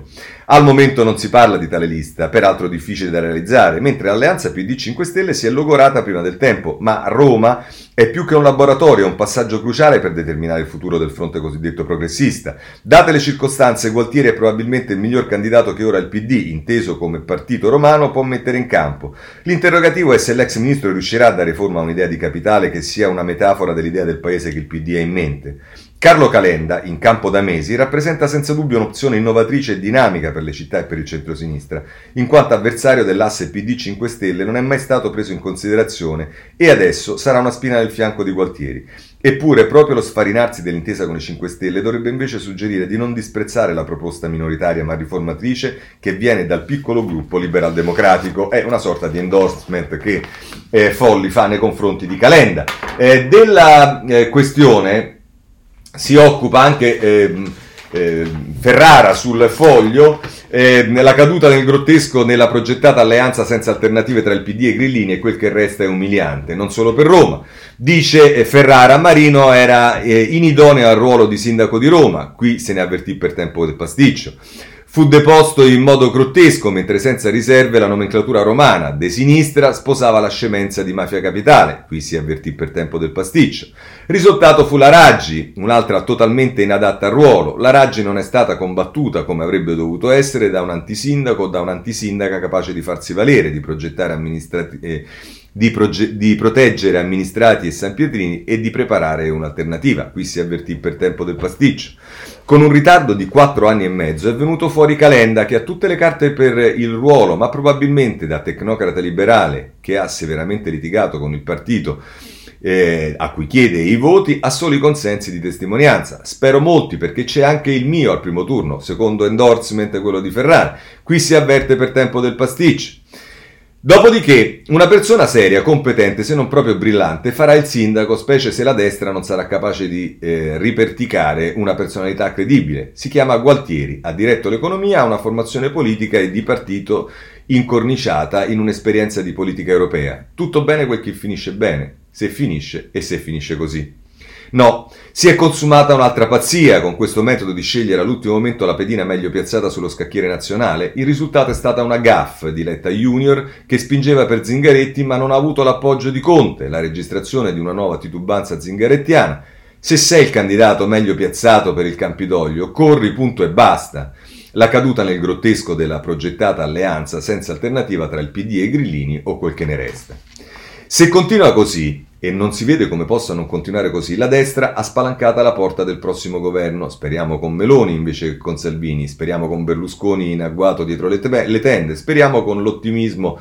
Al momento non si parla di tale lista, peraltro difficile da realizzare, mentre l'alleanza PD 5 Stelle si è logorata prima del tempo, ma Roma è più che un laboratorio, è un passaggio cruciale per determinare il futuro del fronte cosiddetto progressista. Date le circostanze, Gualtieri è probabilmente il miglior candidato che ora il PD, inteso come partito romano, può mettere in campo. L'interrogativo è se l'ex ministro riuscirà a dare forma a un'idea di capitale che sia una metafora dell'idea del paese che il PD ha in mente. Carlo Calenda, in campo da mesi, rappresenta senza dubbio un'opzione innovatrice e dinamica per le città e per il centrosinistra, in quanto avversario dell'asse PD 5 Stelle non è mai stato preso in considerazione e adesso sarà una spina nel fianco di Gualtieri. Eppure, proprio lo sfarinarsi dell'intesa con i 5 Stelle dovrebbe invece suggerire di non disprezzare la proposta minoritaria ma riformatrice che viene dal piccolo gruppo liberal-democratico. È una sorta di endorsement che Folli fa nei confronti di Calenda. Della questione si occupa anche Ferrara sul Foglio, la caduta nel grottesco nella progettata alleanza senza alternative tra il PD e i grillini e quel che resta è umiliante, non solo per Roma. Dice Ferrara, Marino era inidoneo al ruolo di sindaco di Roma, qui se ne avvertì per tempo del pasticcio. Fu deposto in modo grottesco, mentre senza riserve la nomenclatura romana, de sinistra, sposava la scemenza di Mafia Capitale, qui si avvertì per tempo del pasticcio. Risultato fu la Raggi, un'altra totalmente inadatta al ruolo. La Raggi non è stata combattuta come avrebbe dovuto essere da un antisindaco o da un'antisindaca capace di farsi valere, di progettare di proteggere amministrati e sanpietrini e di preparare un'alternativa. Qui si avvertì per tempo del pasticcio. Con un ritardo di 4 anni e mezzo è venuto fuori Calenda, che ha tutte le carte per il ruolo, ma probabilmente da tecnocrata liberale, che ha severamente litigato con il partito a cui chiede i voti, ha solo i consensi di testimonianza. Spero molti, perché c'è anche il mio al primo turno, secondo endorsement quello di Ferrara. Qui si avverte per tempo del pasticcio. Dopodiché, una persona seria, competente, se non proprio brillante, farà il sindaco, specie se la destra non sarà capace di riperticare una personalità credibile. Si chiama Gualtieri, ha diretto l'economia, ha una formazione politica e di partito incorniciata in un'esperienza di politica europea. Tutto bene quel che finisce bene, se finisce così. No, si è consumata un'altra pazzia con questo metodo di scegliere all'ultimo momento la pedina meglio piazzata sullo scacchiere nazionale. Il risultato è stata una gaffe di Letta Junior che spingeva per Zingaretti ma non ha avuto l'appoggio di Conte, la registrazione di una nuova titubanza zingarettiana. Se sei il candidato meglio piazzato per il Campidoglio, corri, punto e basta. La caduta nel grottesco della progettata alleanza senza alternativa tra il PD e i grillini o quel che ne resta. Se continua così, e non si vede come possa non continuare così, la destra ha spalancata la porta del prossimo governo. Speriamo con Meloni invece che con Salvini, speriamo con Berlusconi in agguato dietro le tende, speriamo con l'ottimo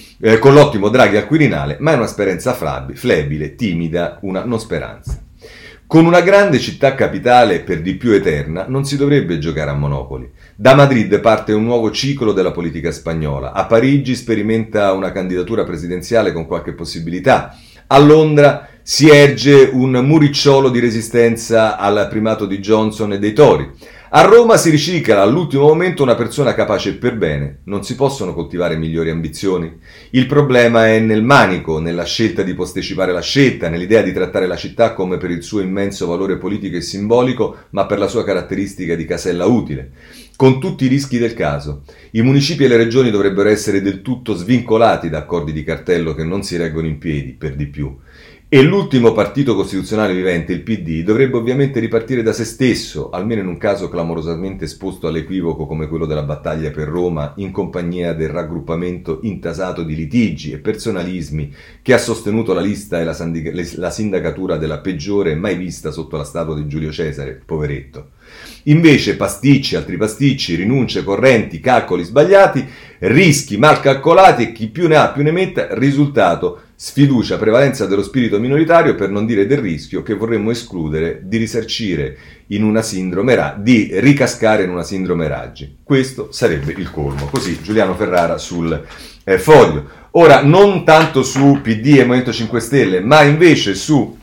Draghi al Quirinale, ma è una speranza flebile, timida, una non speranza. Con una grande città capitale per di più eterna non si dovrebbe giocare a Monopoli. Da Madrid parte un nuovo ciclo della politica spagnola. A Parigi sperimenta una candidatura presidenziale con qualche possibilità. A Londra si erge un muricciolo di resistenza al primato di Johnson e dei Tory. A Roma si ricicla all'ultimo momento una persona capace per bene. Non si possono coltivare migliori ambizioni? Il problema è nel manico, nella scelta di postecipare la scelta, nell'idea di trattare la città come per il suo immenso valore politico e simbolico, ma per la sua caratteristica di casella utile. Con tutti i rischi del caso, i municipi e le regioni dovrebbero essere del tutto svincolati da accordi di cartello che non si reggono in piedi, per di più. E l'ultimo partito costituzionale vivente, il PD, dovrebbe ovviamente ripartire da se stesso, almeno in un caso clamorosamente esposto all'equivoco come quello della battaglia per Roma, in compagnia del raggruppamento intasato di litigi e personalismi che ha sostenuto la lista e la sindacatura della peggiore mai vista sotto la statua di Giulio Cesare, poveretto. Invece pasticci, altri pasticci, rinunce correnti, calcoli sbagliati, rischi mal calcolati e chi più ne ha più ne metta, risultato sfiducia, prevalenza dello spirito minoritario, per non dire del rischio che vorremmo escludere di risarcire in una sindrome, di ricascare in una sindrome Raggi. Questo sarebbe il colmo. Così Giuliano Ferrara sul Foglio. Ora, non tanto su PD e Movimento 5 Stelle, ma invece su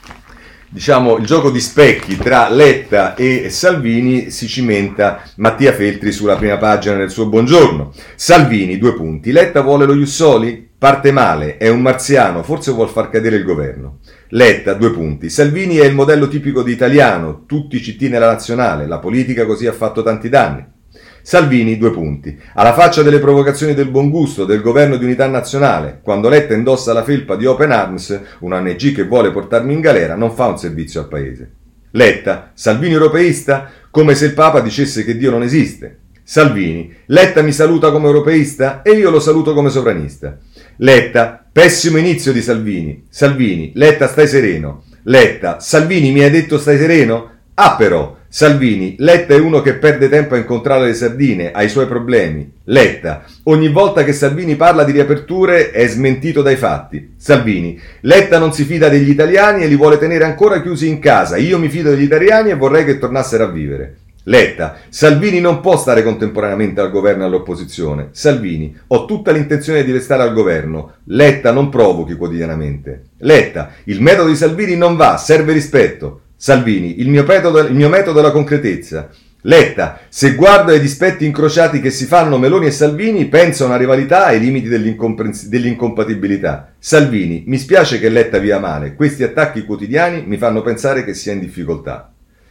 il gioco di specchi tra Letta e Salvini si cimenta Mattia Feltri sulla prima pagina del suo Buongiorno. Salvini, 2 punti. Letta vuole lo Ius Soli? Parte male, è un marziano, forse vuol far cadere il governo. Letta, 2 punti. Salvini è il modello tipico di italiano, tutti CT nella nazionale, la politica così ha fatto tanti danni. Salvini, 2 punti. Alla faccia delle provocazioni del buon gusto del governo di unità nazionale, quando Letta indossa la felpa di Open Arms, una ONG che vuole portarmi in galera, non fa un servizio al paese. Letta, Salvini europeista? Come se il Papa dicesse che Dio non esiste. Salvini, Letta mi saluta come europeista e io lo saluto come sovranista. Letta, pessimo inizio di Salvini. Salvini, Letta stai sereno. Letta, Salvini mi hai detto stai sereno? Ah però, Salvini, Letta è uno che perde tempo a incontrare le sardine, ha i suoi problemi. Letta, ogni volta che Salvini parla di riaperture è smentito dai fatti. Salvini, Letta non si fida degli italiani e li vuole tenere ancora chiusi in casa. Io mi fido degli italiani e vorrei che tornassero a vivere. Letta, Salvini non può stare contemporaneamente al governo e all'opposizione. Salvini, ho tutta l'intenzione di restare al governo. Letta, non provochi quotidianamente. Letta, il metodo di Salvini non va, serve rispetto. Salvini, il mio metodo è la concretezza. Letta, se guardo ai dispetti incrociati che si fanno Meloni e Salvini, penso a una rivalità ai limiti dell'incompatibilità. Salvini, mi spiace che Letta via male, questi attacchi quotidiani mi fanno pensare che sia in difficoltà.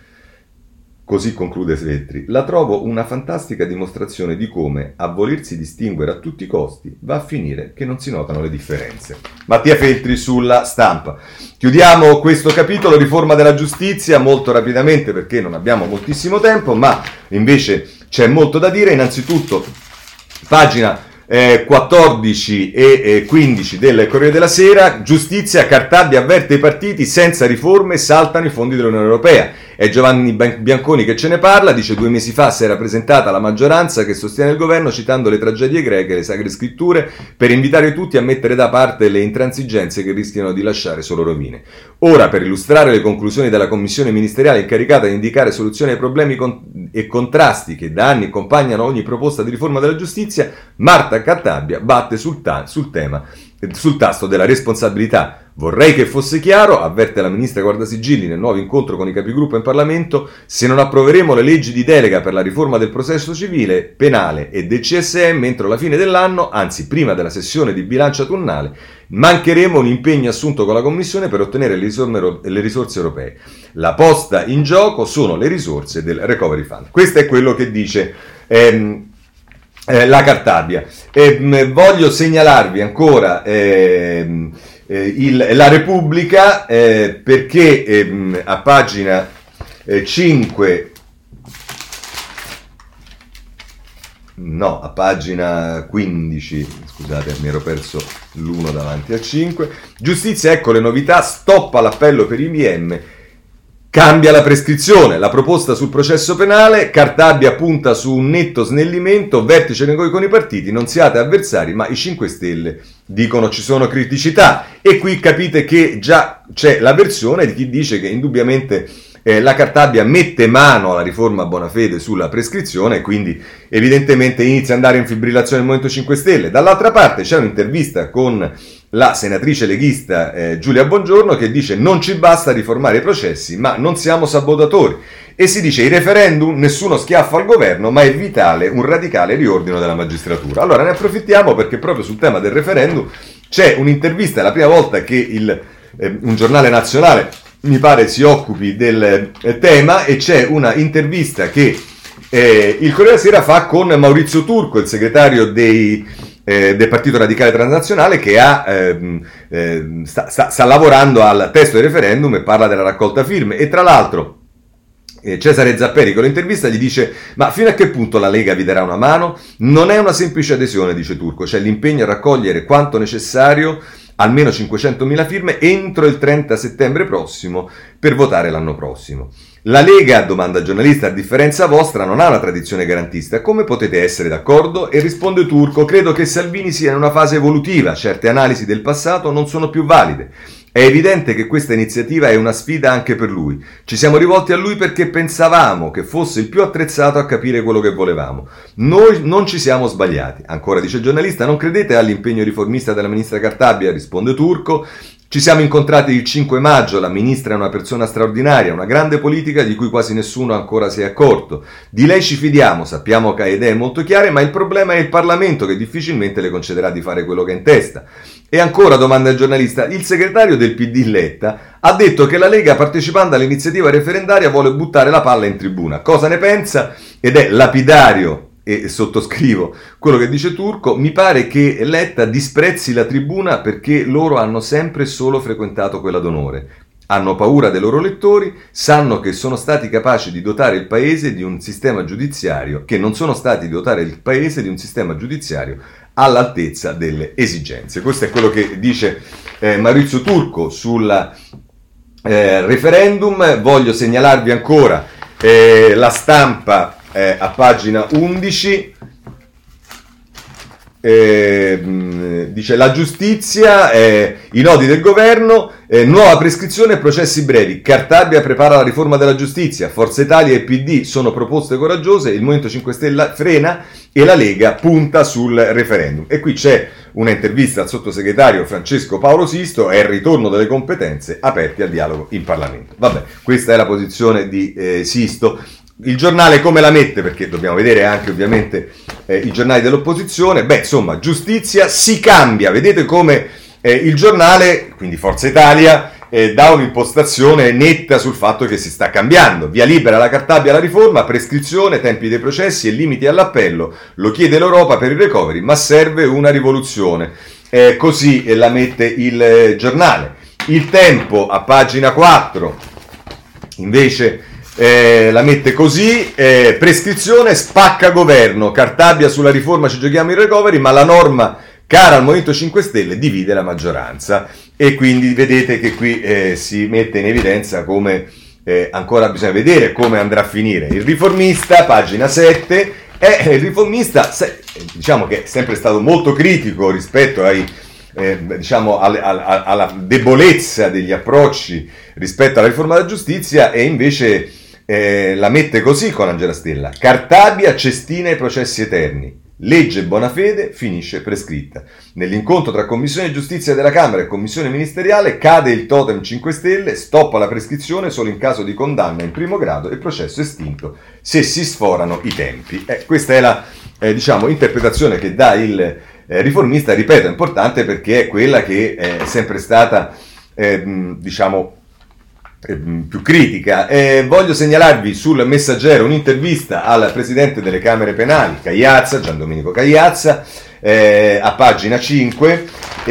Così conclude Feltri. La trovo una fantastica dimostrazione di come, a volersi distinguere a tutti i costi, va a finire che non si notano le differenze. Mattia Feltri sulla Stampa. Chiudiamo questo capitolo, riforma della giustizia, molto rapidamente perché non abbiamo moltissimo tempo, ma invece c'è molto da dire. Innanzitutto, pagina 14 e 15 del Corriere della Sera, giustizia, Cartabia avverte i partiti, senza riforme saltano i fondi dell'Unione Europea. È Giovanni Bianconi che ce ne parla, dice 2 mesi fa si era presentata la maggioranza che sostiene il governo citando le tragedie greche e le sacre scritture per invitare tutti a mettere da parte le intransigenze che rischiano di lasciare solo rovine. Ora, per illustrare le conclusioni della commissione ministeriale incaricata di indicare soluzioni ai problemi e contrasti che da anni accompagnano ogni proposta di riforma della giustizia, Marta Cartabia batte sul tasto della responsabilità. Vorrei che fosse chiaro, avverte la ministra Guardasigilli nel nuovo incontro con i capigruppo in Parlamento, se non approveremo le leggi di delega per la riforma del processo civile, penale e del CSM entro la fine dell'anno, anzi prima della sessione di bilancio autunnale, mancheremo un impegno assunto con la Commissione per ottenere le risorse europee. La posta in gioco sono le risorse del Recovery Fund. Questo è quello che dice la Cartabia. Voglio segnalarvi ancora la Repubblica perché a pagina 5, no, a pagina 15, scusate, mi ero perso l'1 davanti al 5, giustizia, ecco le novità, stoppa l'appello per IBM, cambia la prescrizione, la proposta sul processo penale, Cartabia punta su un netto snellimento, vertice con i partiti, non siate avversari, ma i 5 Stelle dicono ci sono criticità. E qui capite che già c'è la versione di chi dice che indubbiamente la Cartabia mette mano alla riforma Bonafede sulla prescrizione e quindi evidentemente inizia ad andare in fibrillazione il Movimento 5 Stelle. Dall'altra parte c'è un'intervista con la senatrice leghista Giulia Bongiorno che dice non ci basta riformare i processi ma non siamo sabotatori e si dice i referendum nessuno schiaffo al governo ma è vitale un radicale riordino della magistratura. Allora ne approfittiamo perché proprio sul tema del referendum c'è un'intervista, è la prima volta che un giornale nazionale mi pare si occupi del tema e c'è una intervista che il Corriere della Sera fa con Maurizio Turco, il segretario del Partito Radicale Transnazionale che sta lavorando al testo del referendum e parla della raccolta firme e tra l'altro Cesare Zapperi con l'intervista gli dice ma fino a che punto la Lega vi darà una mano? Non è una semplice adesione, dice Turco, c'è l'impegno a raccogliere quanto necessario almeno 500.000 firme entro il 30 settembre prossimo per votare l'anno prossimo. La Lega, domanda il giornalista, a differenza vostra non ha una tradizione garantista, come potete essere d'accordo? E risponde Turco, credo che Salvini sia in una fase evolutiva, certe analisi del passato non sono più valide. È evidente che questa iniziativa è una sfida anche per lui. Ci siamo rivolti a lui perché pensavamo che fosse il più attrezzato a capire quello che volevamo. Noi non ci siamo sbagliati. Ancora dice il giornalista, non credete all'impegno riformista della ministra Cartabia? Risponde Turco. Ci siamo incontrati il 5 maggio, la ministra è una persona straordinaria, una grande politica di cui quasi nessuno ancora si è accorto. Di lei ci fidiamo, sappiamo che ha idee molto chiare, ma il problema è il Parlamento che difficilmente le concederà di fare quello che ha in testa. E ancora, domanda il giornalista, il segretario del PD Letta ha detto che la Lega partecipando all'iniziativa referendaria vuole buttare la palla in tribuna. Cosa ne pensa? Ed è lapidario e sottoscrivo quello che dice Turco, mi pare che Letta disprezzi la tribuna perché loro hanno sempre e solo frequentato quella d'onore. Hanno paura dei loro lettori, sanno che sono stati capaci di dotare il paese di un sistema giudiziario, che non sono stati di dotare il paese di un sistema giudiziario all'altezza delle esigenze. Questo è quello che dice Maurizio Turco sul referendum. Voglio segnalarvi ancora La Stampa a pagina 11. Dice la giustizia, i nodi del governo, nuova prescrizione e processi brevi. Cartabia prepara la riforma della giustizia, Forza Italia e PD sono proposte coraggiose, il Movimento 5 Stelle frena e la Lega punta sul referendum. E qui c'è una intervista al sottosegretario Francesco Paolo Sisto, è il ritorno delle competenze aperti al dialogo in Parlamento. Vabbè, questa è la posizione di Sisto. Il giornale come la mette? Perché dobbiamo vedere anche ovviamente i giornali dell'opposizione. Beh, insomma, giustizia si cambia. Vedete come il giornale, quindi Forza Italia, dà un'impostazione netta sul fatto che si sta cambiando. Via libera la Cartabia alla riforma, prescrizione, tempi dei processi e limiti all'appello. Lo chiede l'Europa per il recovery, ma serve una rivoluzione. Così la mette il giornale. Il Tempo a pagina 4 invece la mette così, prescrizione spacca governo, Cartabia sulla riforma ci giochiamo il recovery, ma la norma cara al Movimento 5 Stelle divide la maggioranza. E quindi vedete che qui si mette in evidenza come ancora bisogna vedere come andrà a finire. Il Riformista, pagina 7, il Riformista diciamo che è sempre stato molto critico rispetto ai diciamo alla debolezza degli approcci rispetto alla riforma della giustizia, e invece la mette così con Angela Stella: Cartabia cestina i processi eterni, legge Bonafede finisce prescritta. Nell'incontro tra Commissione Giustizia della Camera e Commissione Ministeriale cade il totem 5 Stelle, stoppa la prescrizione solo in caso di condanna in primo grado e processo estinto se si sforano i tempi. Questa è la diciamo interpretazione che dà il Riformista, ripeto, è importante perché è quella che è sempre stata diciamo più critica. Voglio segnalarvi sul Messaggero un'intervista al presidente delle Camere Penali, Cagliazza, Gian Domenico Cagliazza, a pagina 5,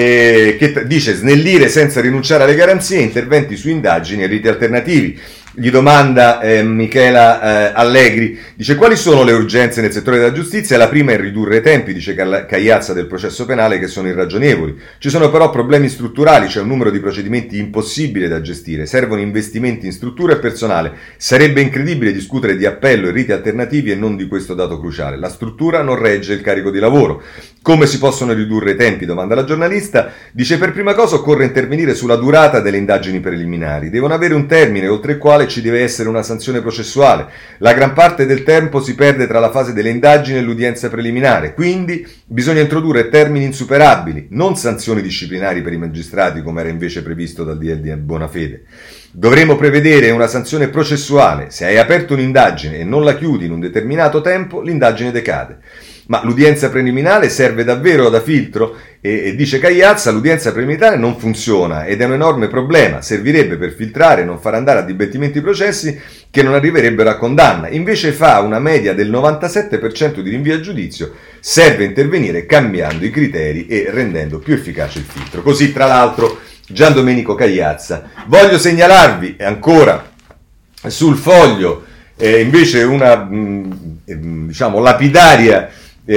che dice: snellire senza rinunciare alle garanzie, interventi su indagini e riti alternativi. Gli domanda Michela Allegri, dice: quali sono le urgenze nel settore della giustizia? La prima è ridurre i tempi, dice Cagliazza, del processo penale, che sono irragionevoli. Ci sono però problemi strutturali, c'è un numero di procedimenti impossibile da gestire, servono investimenti in struttura e personale. Sarebbe incredibile discutere di appello e riti alternativi e non di questo dato cruciale. La struttura non regge il carico di lavoro. Come si possono ridurre i tempi? Domanda la giornalista. Dice: per prima cosa occorre intervenire sulla durata delle indagini preliminari. Devono avere un termine oltre il quale ci deve essere una sanzione processuale. La gran parte del tempo si perde tra la fase delle indagini e l'udienza preliminare, quindi bisogna introdurre termini insuperabili, non sanzioni disciplinari per i magistrati come era invece previsto dal DL di Bonafede. Dovremo prevedere una sanzione processuale. Se hai aperto un'indagine e non la chiudi in un determinato tempo, l'indagine decade. Ma l'udienza preliminare serve davvero da filtro? E dice Cagliazza: l'udienza preliminare non funziona ed è un enorme problema, servirebbe per filtrare e non far andare a dibattimento i processi che non arriverebbero a condanna, invece fa una media del 97% di rinvio a giudizio. Serve intervenire cambiando i criteri e rendendo più efficace il filtro. Così tra l'altro Gian Domenico Cagliazza. Voglio segnalarvi ancora sul Foglio invece una diciamo lapidaria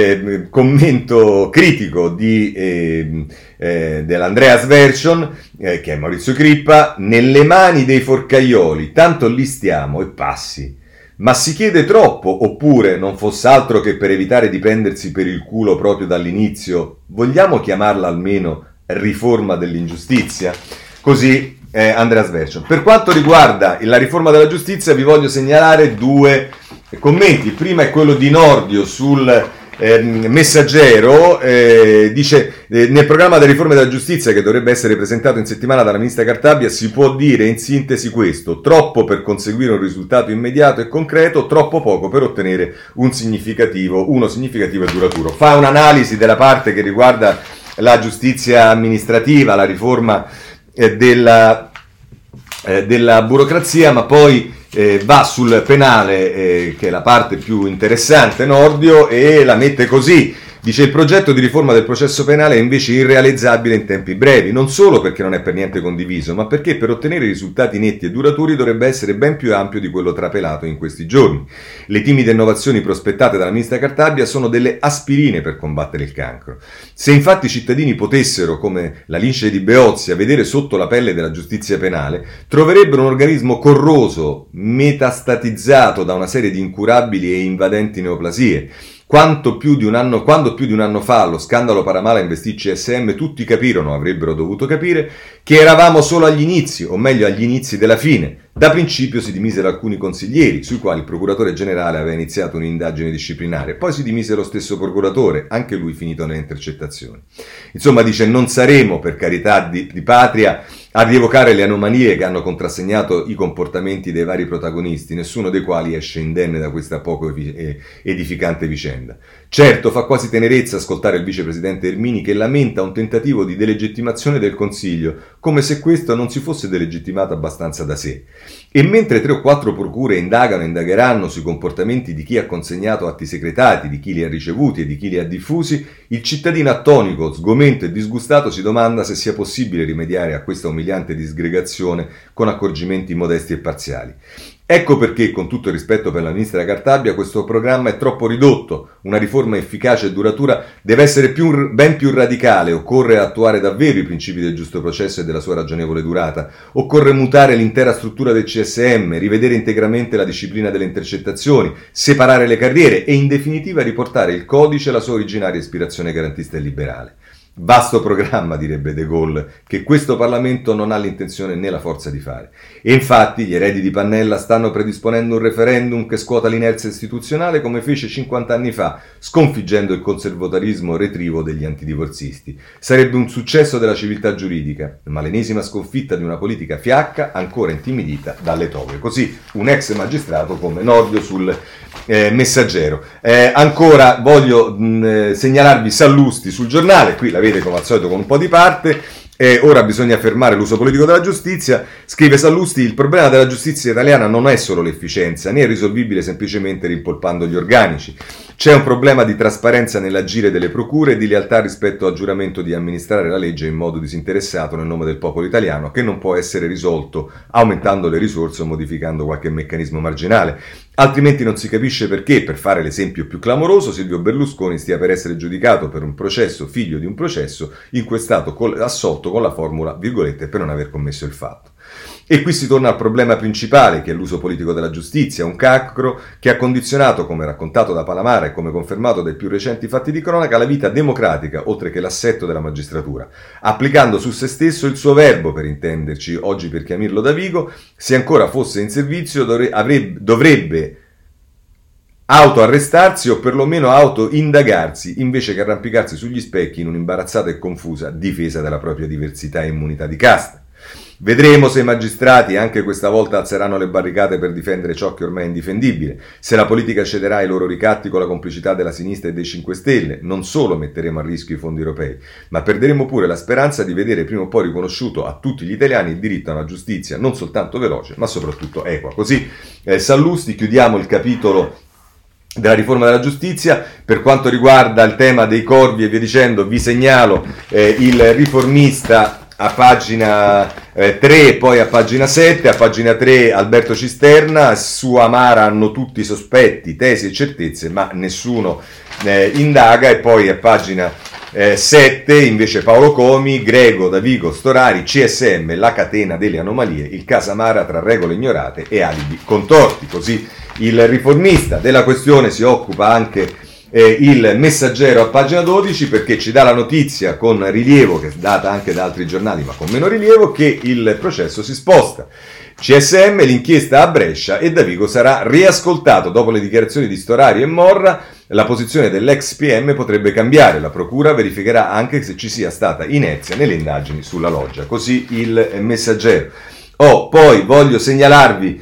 commento critico dell'Andreas Version, che è Maurizio Crippa: nelle mani dei forcaioli, tanto lì stiamo e passi. Ma si chiede troppo, oppure non fosse altro che per evitare di prendersi per il culo proprio dall'inizio, vogliamo chiamarla almeno riforma dell'ingiustizia? Così Andreas Version. Per quanto riguarda la riforma della giustizia vi voglio segnalare due commenti. Il primo è quello di Nordio sul Messaggero, dice: nel programma della riforma della giustizia che dovrebbe essere presentato in settimana dalla ministra Cartabia si può dire in sintesi questo: troppo per conseguire un risultato immediato e concreto, troppo poco per ottenere uno significativo e duraturo. Fa un'analisi della parte che riguarda la giustizia amministrativa, la riforma della burocrazia, ma poi va sul penale, che è la parte più interessante, Nordio, e la mette così. Dice: il progetto di riforma del processo penale è invece irrealizzabile in tempi brevi, non solo perché non è per niente condiviso, ma perché per ottenere risultati netti e duraturi dovrebbe essere ben più ampio di quello trapelato in questi giorni. Le timide innovazioni prospettate dalla ministra Cartabia sono delle aspirine per combattere il cancro. Se infatti i cittadini potessero, come la Lince di Beozia, vedere sotto la pelle della giustizia penale, troverebbero un organismo corroso, metastatizzato da una serie di incurabili e invadenti neoplasie. Quando più di un anno fa allo scandalo Paramala investì il CSM, tutti capirono, avrebbero dovuto capire, che eravamo solo agli inizi, o meglio agli inizi della fine. Da principio si dimisero alcuni consiglieri, sui quali il procuratore generale aveva iniziato un'indagine disciplinare, poi si dimise lo stesso procuratore, anche lui finito nelle intercettazioni. Insomma, dice: non saremo, per carità di patria, a rievocare le anomalie che hanno contrassegnato i comportamenti dei vari protagonisti, nessuno dei quali esce indenne da questa poco edificante vicenda. Certo, fa quasi tenerezza ascoltare il vicepresidente Ermini che lamenta un tentativo di delegittimazione del Consiglio, come se questo non si fosse delegittimato abbastanza da sé. E mentre 3 o 4 procure indagano e indagheranno sui comportamenti di chi ha consegnato atti segretati, di chi li ha ricevuti e di chi li ha diffusi, il cittadino attonico, sgomento e disgustato si domanda se sia possibile rimediare a questa umiliante disgregazione con accorgimenti modesti e parziali. Ecco perché, con tutto il rispetto per la ministra Cartabia, questo programma è troppo ridotto. Una riforma efficace e duratura deve essere ben più radicale. Occorre attuare davvero i principi del giusto processo e della sua ragionevole durata. Occorre mutare l'intera struttura del CSM, rivedere integralmente la disciplina delle intercettazioni, separare le carriere e in definitiva riportare il codice alla sua originaria ispirazione garantista e liberale. Vasto programma, direbbe De Gaulle, che questo Parlamento non ha l'intenzione né la forza di fare. E infatti gli eredi di Pannella stanno predisponendo un referendum che scuota l'inerzia istituzionale come fece 50 anni fa, sconfiggendo il conservatorismo retrivo degli antidivorzisti. Sarebbe un successo della civiltà giuridica, ma l'ennesima sconfitta di una politica fiacca ancora intimidita dalle toghe. Così un ex magistrato come Nordio sul Messaggero. Ancora voglio segnalarvi Sallusti sul Giornale, qui la vede come al solito con un po' di parte. Ora bisogna fermare l'uso politico della giustizia. Scrive Sallusti: il problema della giustizia italiana non è solo l'efficienza, né è risolvibile semplicemente rimpolpando gli organici. C'è un problema di trasparenza nell'agire delle procure e di lealtà rispetto al giuramento di amministrare la legge in modo disinteressato nel nome del popolo italiano, che non può essere risolto aumentando le risorse o modificando qualche meccanismo marginale. Altrimenti non si capisce perché, per fare l'esempio più clamoroso, Silvio Berlusconi stia per essere giudicato per un processo figlio di un processo in cui è stato assolto con la formula, virgolette, per non aver commesso il fatto. E qui si torna al problema principale, che è l'uso politico della giustizia, un cancro che ha condizionato, come raccontato da Palamara e come confermato dai più recenti fatti di cronaca, la vita democratica, oltre che l'assetto della magistratura, applicando su se stesso il suo verbo, per intenderci. Oggi, per Camillo Davigo, se ancora fosse in servizio dovrebbe autoarrestarsi o perlomeno autoindagarsi, invece che arrampicarsi sugli specchi in un'imbarazzata e confusa difesa della propria diversità e immunità di casta. Vedremo se i magistrati anche questa volta alzeranno le barricate per difendere ciò che ormai è indifendibile, se la politica cederà ai loro ricatti con la complicità della sinistra e dei 5 Stelle. Non solo metteremo a rischio i fondi europei, ma perderemo pure la speranza di vedere prima o poi riconosciuto a tutti gli italiani il diritto a una giustizia non soltanto veloce, ma soprattutto equa. Così Sallusti, chiudiamo il capitolo della riforma della giustizia. Per quanto riguarda il tema dei corvi e via dicendo, vi segnalo il Riformista a pagina 3, poi a pagina 7, a pagina 3 Alberto Cisterna: su Amara hanno tutti i sospetti, tesi e certezze, ma nessuno indaga. E poi a pagina 7 invece Paolo Comi: Greco, Davigo, Storari, CSM, la catena delle anomalie, il caso Amara tra regole ignorate e alibi contorti. Così il Riformista. Della questione si occupa anche il Messaggero a pagina 12, perché ci dà la notizia con rilievo, che è data anche da altri giornali ma con meno rilievo, che il processo si sposta. CSM, l'inchiesta a Brescia e Davigo sarà riascoltato. Dopo le dichiarazioni di Storari e Morra, la posizione dell'ex PM potrebbe cambiare. La procura verificherà anche se ci sia stata inerzia nelle indagini sulla loggia. Così il Messaggero. Poi voglio segnalarvi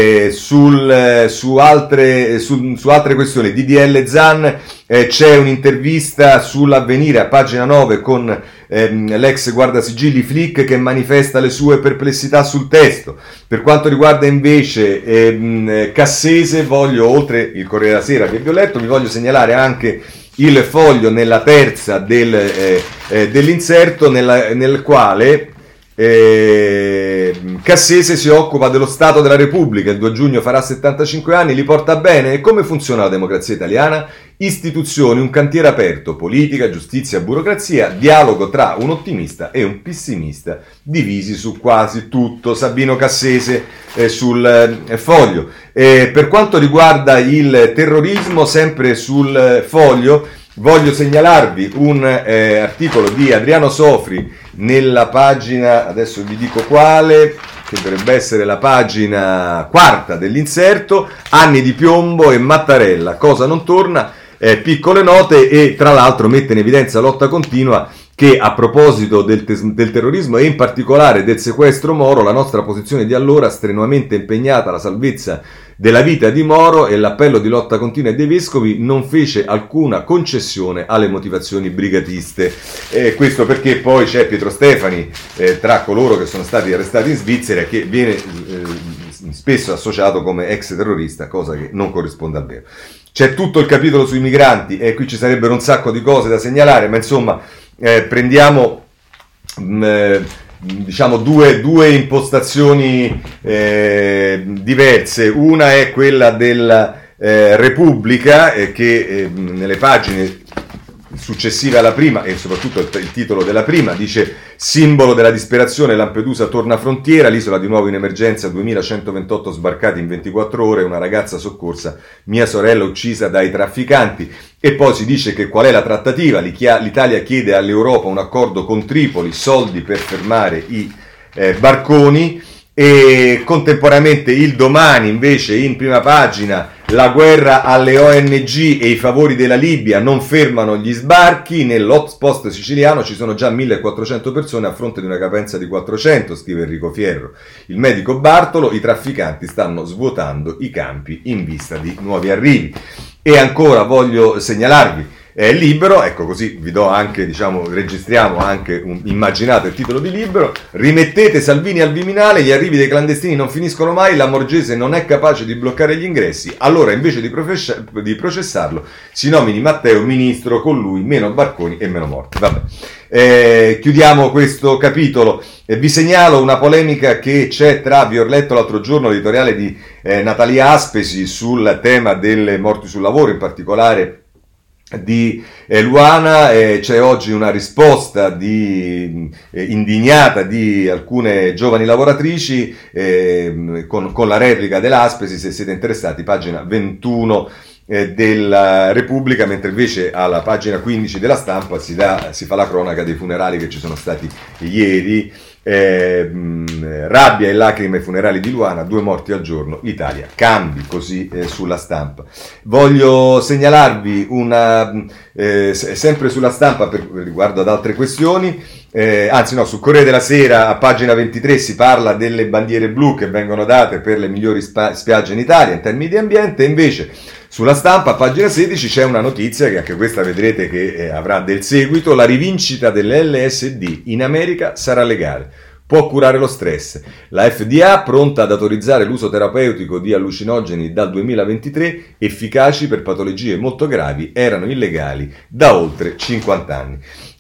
su altre questioni. DDL Zan, c'è un'intervista sull'Avvenire a pagina 9 con l'ex guardasigilli Flick che manifesta le sue perplessità sul testo. Per quanto riguarda invece Cassese, oltre il Corriere della Sera che vi ho letto, vi voglio segnalare anche il Foglio nella terza dell'inserto, nel quale Cassese si occupa dello Stato della Repubblica. Il 2 giugno farà 75 anni, li porta bene. E come funziona la democrazia italiana? Istituzioni, un cantiere aperto, politica, giustizia, burocrazia, dialogo tra un ottimista e un pessimista, divisi su quasi tutto. Sabino Cassese sul Foglio. Per quanto riguarda il terrorismo, sempre sul Foglio, voglio segnalarvi un articolo di Adriano Sofri nella pagina, adesso vi dico quale, che dovrebbe essere la pagina quarta dell'inserto, Anni di piombo e Mattarella, cosa non torna, piccole note, e tra l'altro mette in evidenza lotta continua, che a proposito del terrorismo e in particolare del sequestro Moro, la nostra posizione di allora, strenuamente impegnata alla salvezza della vita di Moro, e l'appello di lotta continua dei vescovi non fece alcuna concessione alle motivazioni brigatiste. Questo perché poi c'è Pietro Stefani tra coloro che sono stati arrestati in Svizzera, che viene spesso associato come ex terrorista, cosa che non corrisponde al vero. C'è tutto il capitolo sui migranti e qui ci sarebbero un sacco di cose da segnalare, ma insomma prendiamo diciamo due impostazioni diverse. Una è quella della Repubblica, che nelle pagine successive alla prima, e soprattutto il titolo della prima, dice: simbolo della disperazione, Lampedusa torna frontiera, l'isola di nuovo in emergenza, 2128 sbarcati in 24 ore, una ragazza soccorsa, mia sorella uccisa dai trafficanti. E poi si dice che qual è la trattativa? L'Italia chiede all'Europa un accordo con Tripoli, soldi per fermare i barconi. E contemporaneamente il Domani invece in prima pagina: la guerra alle ONG e i favori della Libia non fermano gli sbarchi, nell'hotspot siciliano ci sono già 1400 persone a fronte di una capienza di 400, scrive Enrico Fierro. Il medico Bartolo: i trafficanti stanno svuotando i campi in vista di nuovi arrivi. E ancora voglio segnalarvi Libero, ecco, così vi do anche, diciamo, registriamo anche immaginate il titolo di Libero: rimettete Salvini al Viminale, gli arrivi dei clandestini non finiscono mai, la Morgese non è capace di bloccare gli ingressi, allora invece di processarlo si nomini Matteo ministro, con lui meno barconi e meno morti. Vabbè. Chiudiamo questo capitolo. Vi segnalo una polemica che c'è vi ho letto l'altro giorno l'editoriale di Natalia Aspesi sul tema delle morti sul lavoro, in particolare di Luana. C'è oggi una risposta indignata di alcune giovani lavoratrici con la replica dell'Aspesi, se siete interessati, pagina 21 della Repubblica, mentre invece alla pagina 15 della Stampa si fa la cronaca dei funerali che ci sono stati ieri. Rabbia e lacrime ai funerali di Luana, 2 morti al giorno, l'Italia cambi, così sulla Stampa. Voglio segnalarvi sempre sulla Stampa per riguardo ad altre questioni, sul Corriere della Sera a pagina 23 si parla delle bandiere blu che vengono date per le migliori spiagge in Italia in termini di ambiente. Invece sulla Stampa a pagina 16 c'è una notizia che anche questa vedrete che avrà del seguito: la rivincita dell'LSD in America sarà legale, può curare lo stress. La FDA pronta ad autorizzare l'uso terapeutico di allucinogeni dal 2023, efficaci per patologie molto gravi, erano illegali da oltre 50 anni.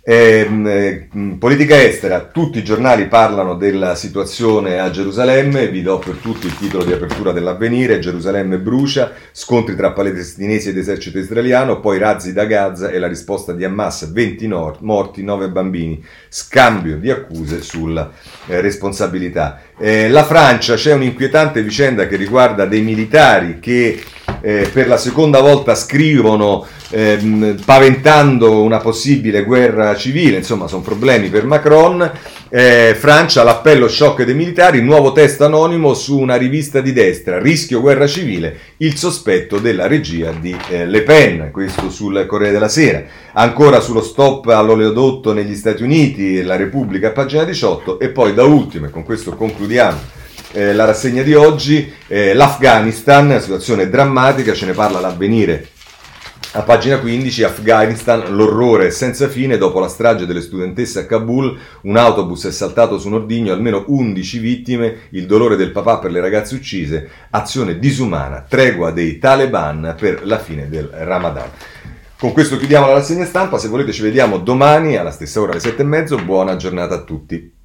Politica estera, tutti i giornali parlano della situazione a Gerusalemme, vi do per tutti il titolo di apertura dell'Avvenire: Gerusalemme brucia, scontri tra palestinesi ed esercito israeliano, poi razzi da Gaza e la risposta di Hamas, 20 morti, 9 bambini, scambio di accuse sulla responsabilità. La Francia, c'è un'inquietante vicenda che riguarda dei militari che per la seconda volta scrivono paventando una possibile guerra civile, insomma sono problemi per Macron. Francia, l'appello shock dei militari, nuovo testo anonimo su una rivista di destra, rischio guerra civile, il sospetto della regia di Le Pen, questo sul Corriere della Sera. Ancora sullo stop all'oleodotto negli Stati Uniti, la Repubblica, pagina 18, e poi da ultimo, e con questo concludiamo la rassegna di oggi, l'Afghanistan, situazione drammatica, ce ne parla l'Avvenire. A pagina 15, Afghanistan, l'orrore senza fine dopo la strage delle studentesse a Kabul, un autobus è saltato su un ordigno, almeno 11 vittime, il dolore del papà per le ragazze uccise, azione disumana, tregua dei Taliban per la fine del Ramadan. Con questo chiudiamo la rassegna stampa, se volete ci vediamo domani alla stessa ora alle 7:30, buona giornata a tutti.